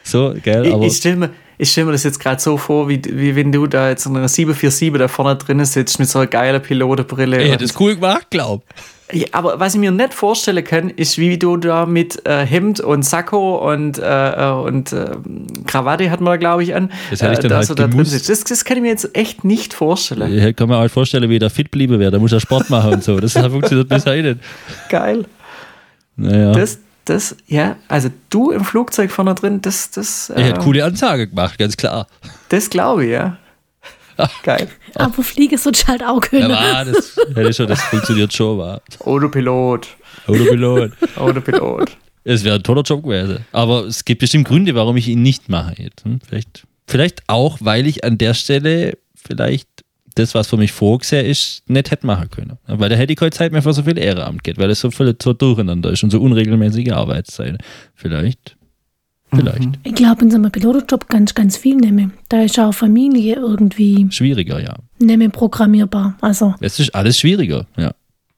So, gell, Ich, aber ich stelle mir, ich stell mir das jetzt gerade so vor, wie, wie wenn du da jetzt in einer sieben vier sieben da vorne drin sitzt mit so einer geilen Pilotenbrille. Ey, und- das ist cool gemacht, glaub. Ja, aber was ich mir nicht vorstellen kann, ist, wie du da mit äh, Hemd und Sakko und, äh, und äh, Krawatte hat man da, glaube ich, an. Das hätte ich dann äh, halt so da drin gemusst. sitzt. Das, das kann ich mir jetzt echt nicht vorstellen. ich kann mir halt vorstellen, wie der fit bliebe wäre. Da muss er Sport machen und so. Das funktioniert bisher nicht. Geil. Naja. Das, das, ja, also du im Flugzeug vorne drin, das, das, ich hätte äh, coole Ansage gemacht, ganz klar. das glaube ich, ja. Geil. Aber Fliege sollst du halt auch können. Ja, das, ja, schon, das funktioniert schon, war. Autopilot. Autopilot. Autopilot. Es wäre ein toller Job gewesen. Aber es gibt bestimmt Gründe, warum ich ihn nicht mache jetzt. Hm? Vielleicht, vielleicht auch, weil ich an der Stelle vielleicht das, was für mich vorgesehen ist, nicht hätte machen können. Weil da hätte ich keine Zeit mehr für so viel Ehrenamt geht, weil es so viel so durcheinander ist und so unregelmäßige Arbeitszeit. Vielleicht. Vielleicht. Ich glaube, in so einem Pilotenjob ganz, ganz viel nehmen. Da ist auch Familie irgendwie Schwieriger, ja. nehmen programmierbar. Also, Es ist alles schwieriger, ja.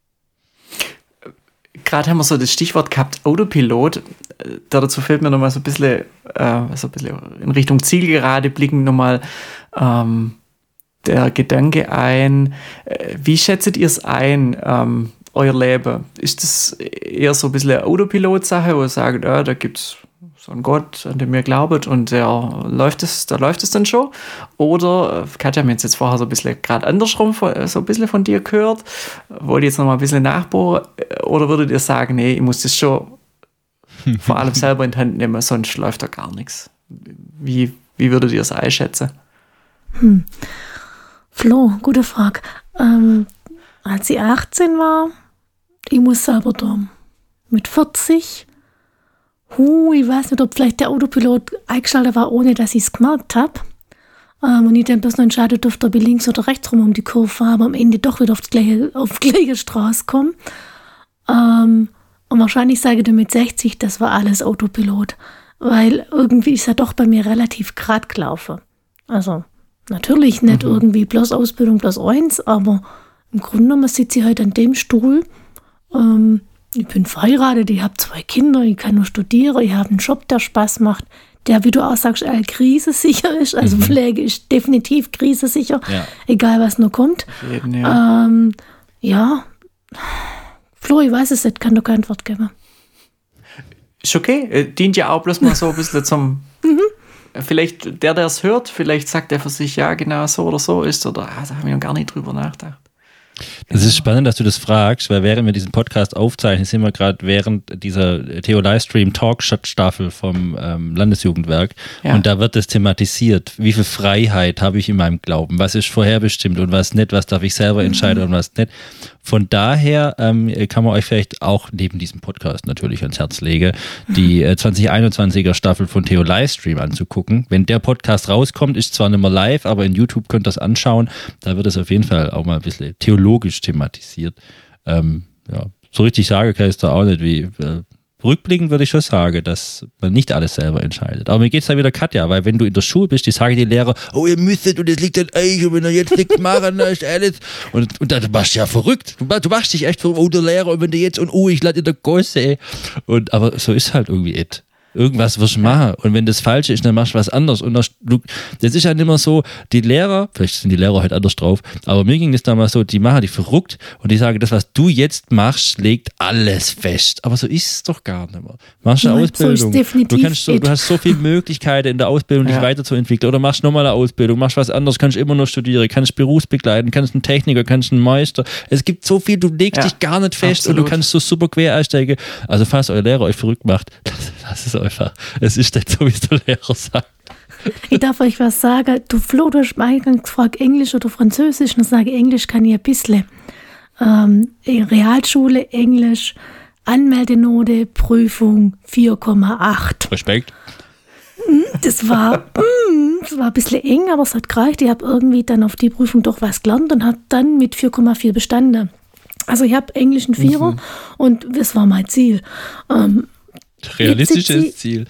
Gerade haben wir so das Stichwort gehabt, Autopilot. Äh, Dazu fällt mir nochmal so ein bisschen, äh, so ein bisschen in Richtung Zielgerade blicken nochmal ähm, der Gedanke ein. Äh, wie schätzt ihr es ein, ähm, euer Leben? Ist das eher so ein bisschen eine Autopilot-Sache, wo ihr sagt, ja, da gibt es so einen Gott, an den ihr glaubt und der läuft es, da läuft es dann schon? Oder, äh, Katja, wir haben jetzt vorher so ein bisschen gerade andersrum von, so ein bisschen von dir gehört, wollt ihr jetzt noch mal ein bisschen nachbohren, oder würdet ihr sagen, nee, ich muss das schon vor allem selber in die Hand nehmen, sonst läuft da gar nichts? Wie, wie würdet ihr es einschätzen? Flo, gute Frage. Ähm, als ich achtzehn war, ich muss selber da. Mit vierzig, hu, ich weiß nicht, ob vielleicht der Autopilot eingeschaltet war, ohne dass ich es gemerkt habe. Ähm, und ich dann bloß noch entscheiden durfte, ob ich links oder rechts rum um die Kurve fahre, aber am Ende doch wieder auf die gleiche, auf die gleiche Straße komme. Ähm, und wahrscheinlich sage ich dann mit sechzig, das war alles Autopilot. Weil irgendwie ist ja doch bei mir relativ grad gelaufen. Also natürlich nicht mhm. irgendwie bloß Ausbildung plus eins, aber im Grunde genommen sitze ich halt an dem Stuhl. Ähm, ich bin verheiratet, ich habe zwei Kinder, ich kann nur studieren, ich habe einen Job, der Spaß macht, der, wie du auch sagst, all krisesicher ist. Also mhm. Pflege ist definitiv krisesicher, Ja. egal was nur kommt. Jeden, ja. Ähm, ja, Flo, ich weiß es nicht, kann doch keine Antwort geben. Ist okay, äh, dient ja auch bloß mal so ein bisschen zum, vielleicht der, der es hört, vielleicht sagt er für sich, ja, genau so oder so ist, oder ah, da haben wir noch gar nicht drüber nachgedacht. Das ist spannend, dass du das fragst, weil während wir diesen Podcast aufzeichnen, sind wir gerade während dieser Theo-Livestream-Talk-Staffel vom ähm, Landesjugendwerk Ja. und da wird das thematisiert. Wie viel Freiheit habe ich in meinem Glauben? Was ist vorherbestimmt und was nicht? Was darf ich selber entscheiden und was nicht? Von daher ähm, kann man euch vielleicht auch neben diesem Podcast natürlich ans Herz legen, die äh, zwanzig einundzwanziger Staffel von Theo Livestream anzugucken. Wenn der Podcast rauskommt, ist zwar nicht mehr live, aber in YouTube könnt ihr das anschauen. Da wird es auf jeden Fall auch mal ein bisschen theologisch thematisiert. Ähm, ja, so richtig sagen kann ich es da auch nicht. Wie, äh, rückblickend würde ich schon sagen, dass man nicht alles selber entscheidet. Aber mir geht es da wieder Katja, weil wenn du in der Schule bist, die sagen die Lehrer, oh, ihr müsstet und es liegt an euch und wenn ihr jetzt nichts machen, dann ist alles. Und, und dann machst du ja verrückt. Du, du machst dich echt verrückt, oh, der Lehrer, und wenn du jetzt und oh, ich lande in der Gosse. Und, aber so ist halt irgendwie et. Irgendwas wirst du machen. Und wenn das falsch ist, dann machst du was anderes. Und das, du, das ist halt immer so, die Lehrer, vielleicht sind die Lehrer halt anders drauf, aber mir ging das damals so, die machen die verrückt und die sagen, das, was du jetzt machst, legt alles fest. Aber so ist es doch gar nicht mehr. Machst eine Nein, so ist Ausbildung. definitiv du, kannst so, du hast so viele Möglichkeiten in der Ausbildung, dich Ja. weiterzuentwickeln. Oder machst nochmal eine Ausbildung, machst was anderes, kannst immer nur studieren, kannst berufsbegleiten, kannst einen Techniker, kannst einen Meister. Es gibt so viel, du legst Ja, dich gar nicht fest absolut. und du kannst so super quer einsteigen. Also falls euer Lehrer euch verrückt macht, das ist einfach, es ist nicht so, wie es der Lehrer sagt. Ich darf euch was sagen. Du, Flo, du hast mich eingangs gefragt, Englisch oder Französisch. Und ich sage, Englisch kann ich ein bisschen. Ähm, Realschule, Englisch, Anmeldenote, Prüfung vier Komma acht. Respekt. Das war, mm, das war ein bisschen eng, aber es hat gereicht. Ich habe irgendwie dann auf die Prüfung doch was gelernt und habe dann mit vier Komma vier bestanden. Also ich habe Englisch einen Vierer mhm. und das war mein Ziel. Ähm, Realistisches Ziel.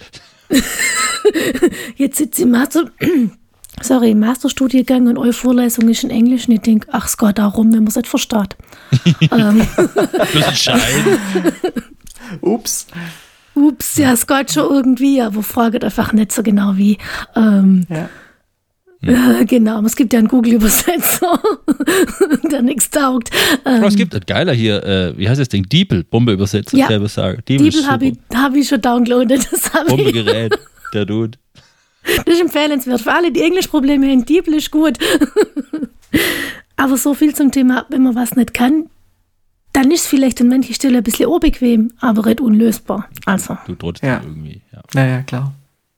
Jetzt sitze ich im Master, sorry, im Masterstudiengang und eure Vorlesung ist in Englisch und ich denke, ach, es geht darum, wenn man es nicht versteht. ähm, Bisschen Schein. Ups. Ups, ja, es geht schon irgendwie, aber fragt einfach nicht so genau wie. Ähm, Ja. äh, genau, es gibt ja einen Google-Übersetzer, der nichts taugt. Ähm, Oh, es gibt ein geiler hier, äh, wie heißt das Ding? Diebel, Bombeübersetzer, Ja. selber sagen. Diebel, Diebel habe ich, hab ich schon downloadet, das habe ich. Bombegerät, der Dude. Das ist empfehlenswert. Für alle, die Englischprobleme haben, Diebel ist gut. Aber so viel zum Thema, wenn man was nicht kann, dann ist es vielleicht an manchen Stellen ein bisschen unbequem, aber nicht unlösbar. Also, Du trotzdem Ja. irgendwie. Ja. Naja, klar.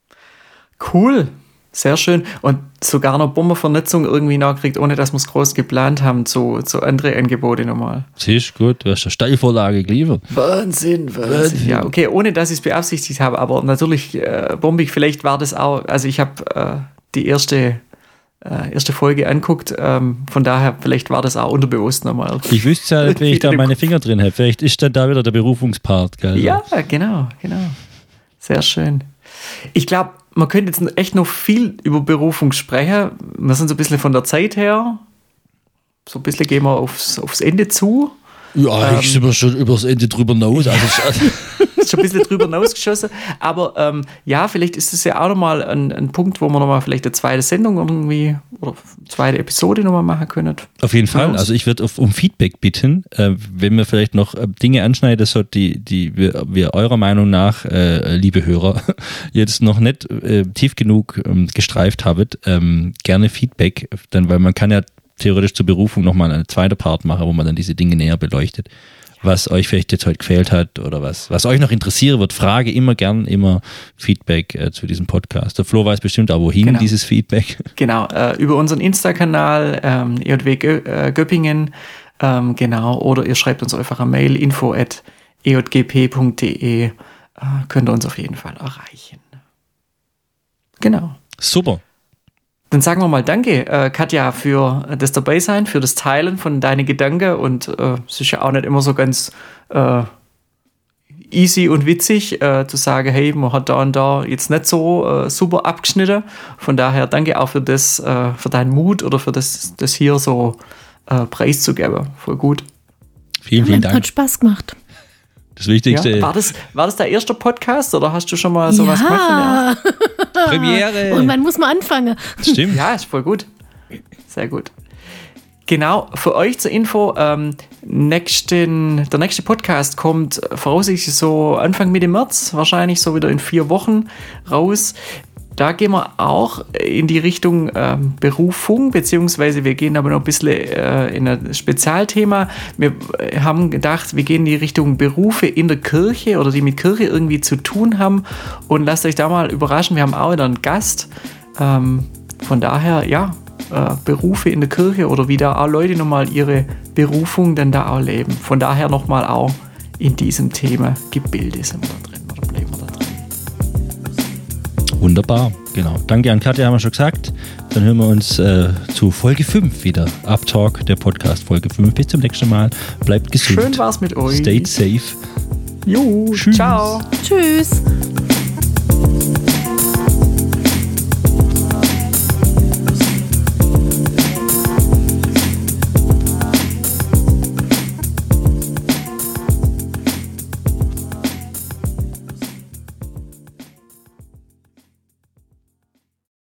Cool. Sehr schön. Und sogar noch Bombenvernetzung irgendwie nachkriegt, ohne dass wir es groß geplant haben, zu, zu andere Angebote nochmal. Siehst gut, du hast eine Steilvorlage geliefert. Wahnsinn, Wahnsinn. Ja, okay, ohne dass ich es beabsichtigt habe, aber natürlich äh, bombig, vielleicht war das auch, also ich habe äh, die erste, äh, erste Folge anguckt, ähm, von daher, vielleicht war das auch unterbewusst nochmal. Ich wüsste ja nicht, wenn ich da meine Finger drin hätte. Vielleicht ist dann da wieder der Berufungspart. Gell? Ja, genau, genau. Sehr schön. Ich glaube, man könnte jetzt echt noch viel über Berufung sprechen. Wir sind so ein bisschen von der Zeit her, so ein bisschen gehen wir aufs, aufs Ende zu. Ja, ich sind wir schon übers Ende drüber hinaus. Also, Ist schon ein bisschen drüber hinausgeschossen. Aber ähm, ja, vielleicht ist es ja auch nochmal ein, ein Punkt, wo wir nochmal vielleicht eine zweite Sendung irgendwie oder eine zweite Episode nochmal machen können. auf jeden Fall. Also ich würde um Feedback bitten, äh, wenn wir vielleicht noch äh, Dinge anschneiden, so die, die wir, wir eurer Meinung nach, äh, liebe Hörer, jetzt noch nicht äh, tief genug ähm, gestreift habt, ähm, gerne Feedback, dann, weil man kann ja theoretisch zur Berufung nochmal eine zweite Part machen, wo man dann diese Dinge näher beleuchtet. Was euch vielleicht jetzt heute gefehlt hat oder was, was euch noch interessieren wird, Frage immer gern, immer Feedback äh, zu diesem Podcast. Der Flo weiß bestimmt auch, wohin Genau. dieses Feedback. Genau, äh, über unseren Insta-Kanal, ähm, E J W Gö äh, Göppingen, ähm, genau, oder ihr schreibt uns einfach eine Mail, info at e j g p punkt d e, äh, könnt ihr uns auf jeden Fall erreichen. Genau. Super. Dann sagen wir mal Danke, äh, Katja, für das Dabeisein, für das Teilen von deinen Gedanken und äh, es ist ja auch nicht immer so ganz äh, easy und witzig äh, zu sagen, hey, man hat da und da jetzt nicht so äh, super abgeschnitten. Von daher danke auch für das, äh, für deinen Mut oder für das, das hier so äh, preiszugeben. Voll gut. Vielen, vielen Dank. hat Spaß gemacht. Das Wichtigste. Ja, war, das, war das dein erster Podcast oder hast du schon mal sowas gemacht? Ja, Premiere. und wann muss man anfangen? Stimmt. Ja, ist voll gut. Sehr gut. Genau, für euch zur Info, ähm, nächsten, der nächste Podcast kommt voraussichtlich so Anfang Mitte März, wahrscheinlich so wieder in vier Wochen raus. Da gehen wir auch in die Richtung ähm, Berufung, beziehungsweise wir gehen aber noch ein bisschen äh, in ein Spezialthema. Wir haben gedacht, wir gehen in die Richtung Berufe in der Kirche oder die mit Kirche irgendwie zu tun haben. Und lasst euch da mal überraschen, wir haben auch wieder einen Gast. Ähm, von daher, ja, äh, Berufe in der Kirche oder wie da auch Leute nochmal ihre Berufung dann da auch leben. Von daher nochmal auch in diesem Thema Gebilde sind wir da drin oder bleiben wir da drin. Wunderbar, genau. Danke an Katja, haben wir schon gesagt. Dann hören wir uns äh, zu Folge fünf wieder. Uptalk, der Podcast Folge fünf. Bis zum nächsten Mal. Bleibt gesund. Schön war's mit euch. Stay safe. Jo, Tschüss. ciao. Tschüss.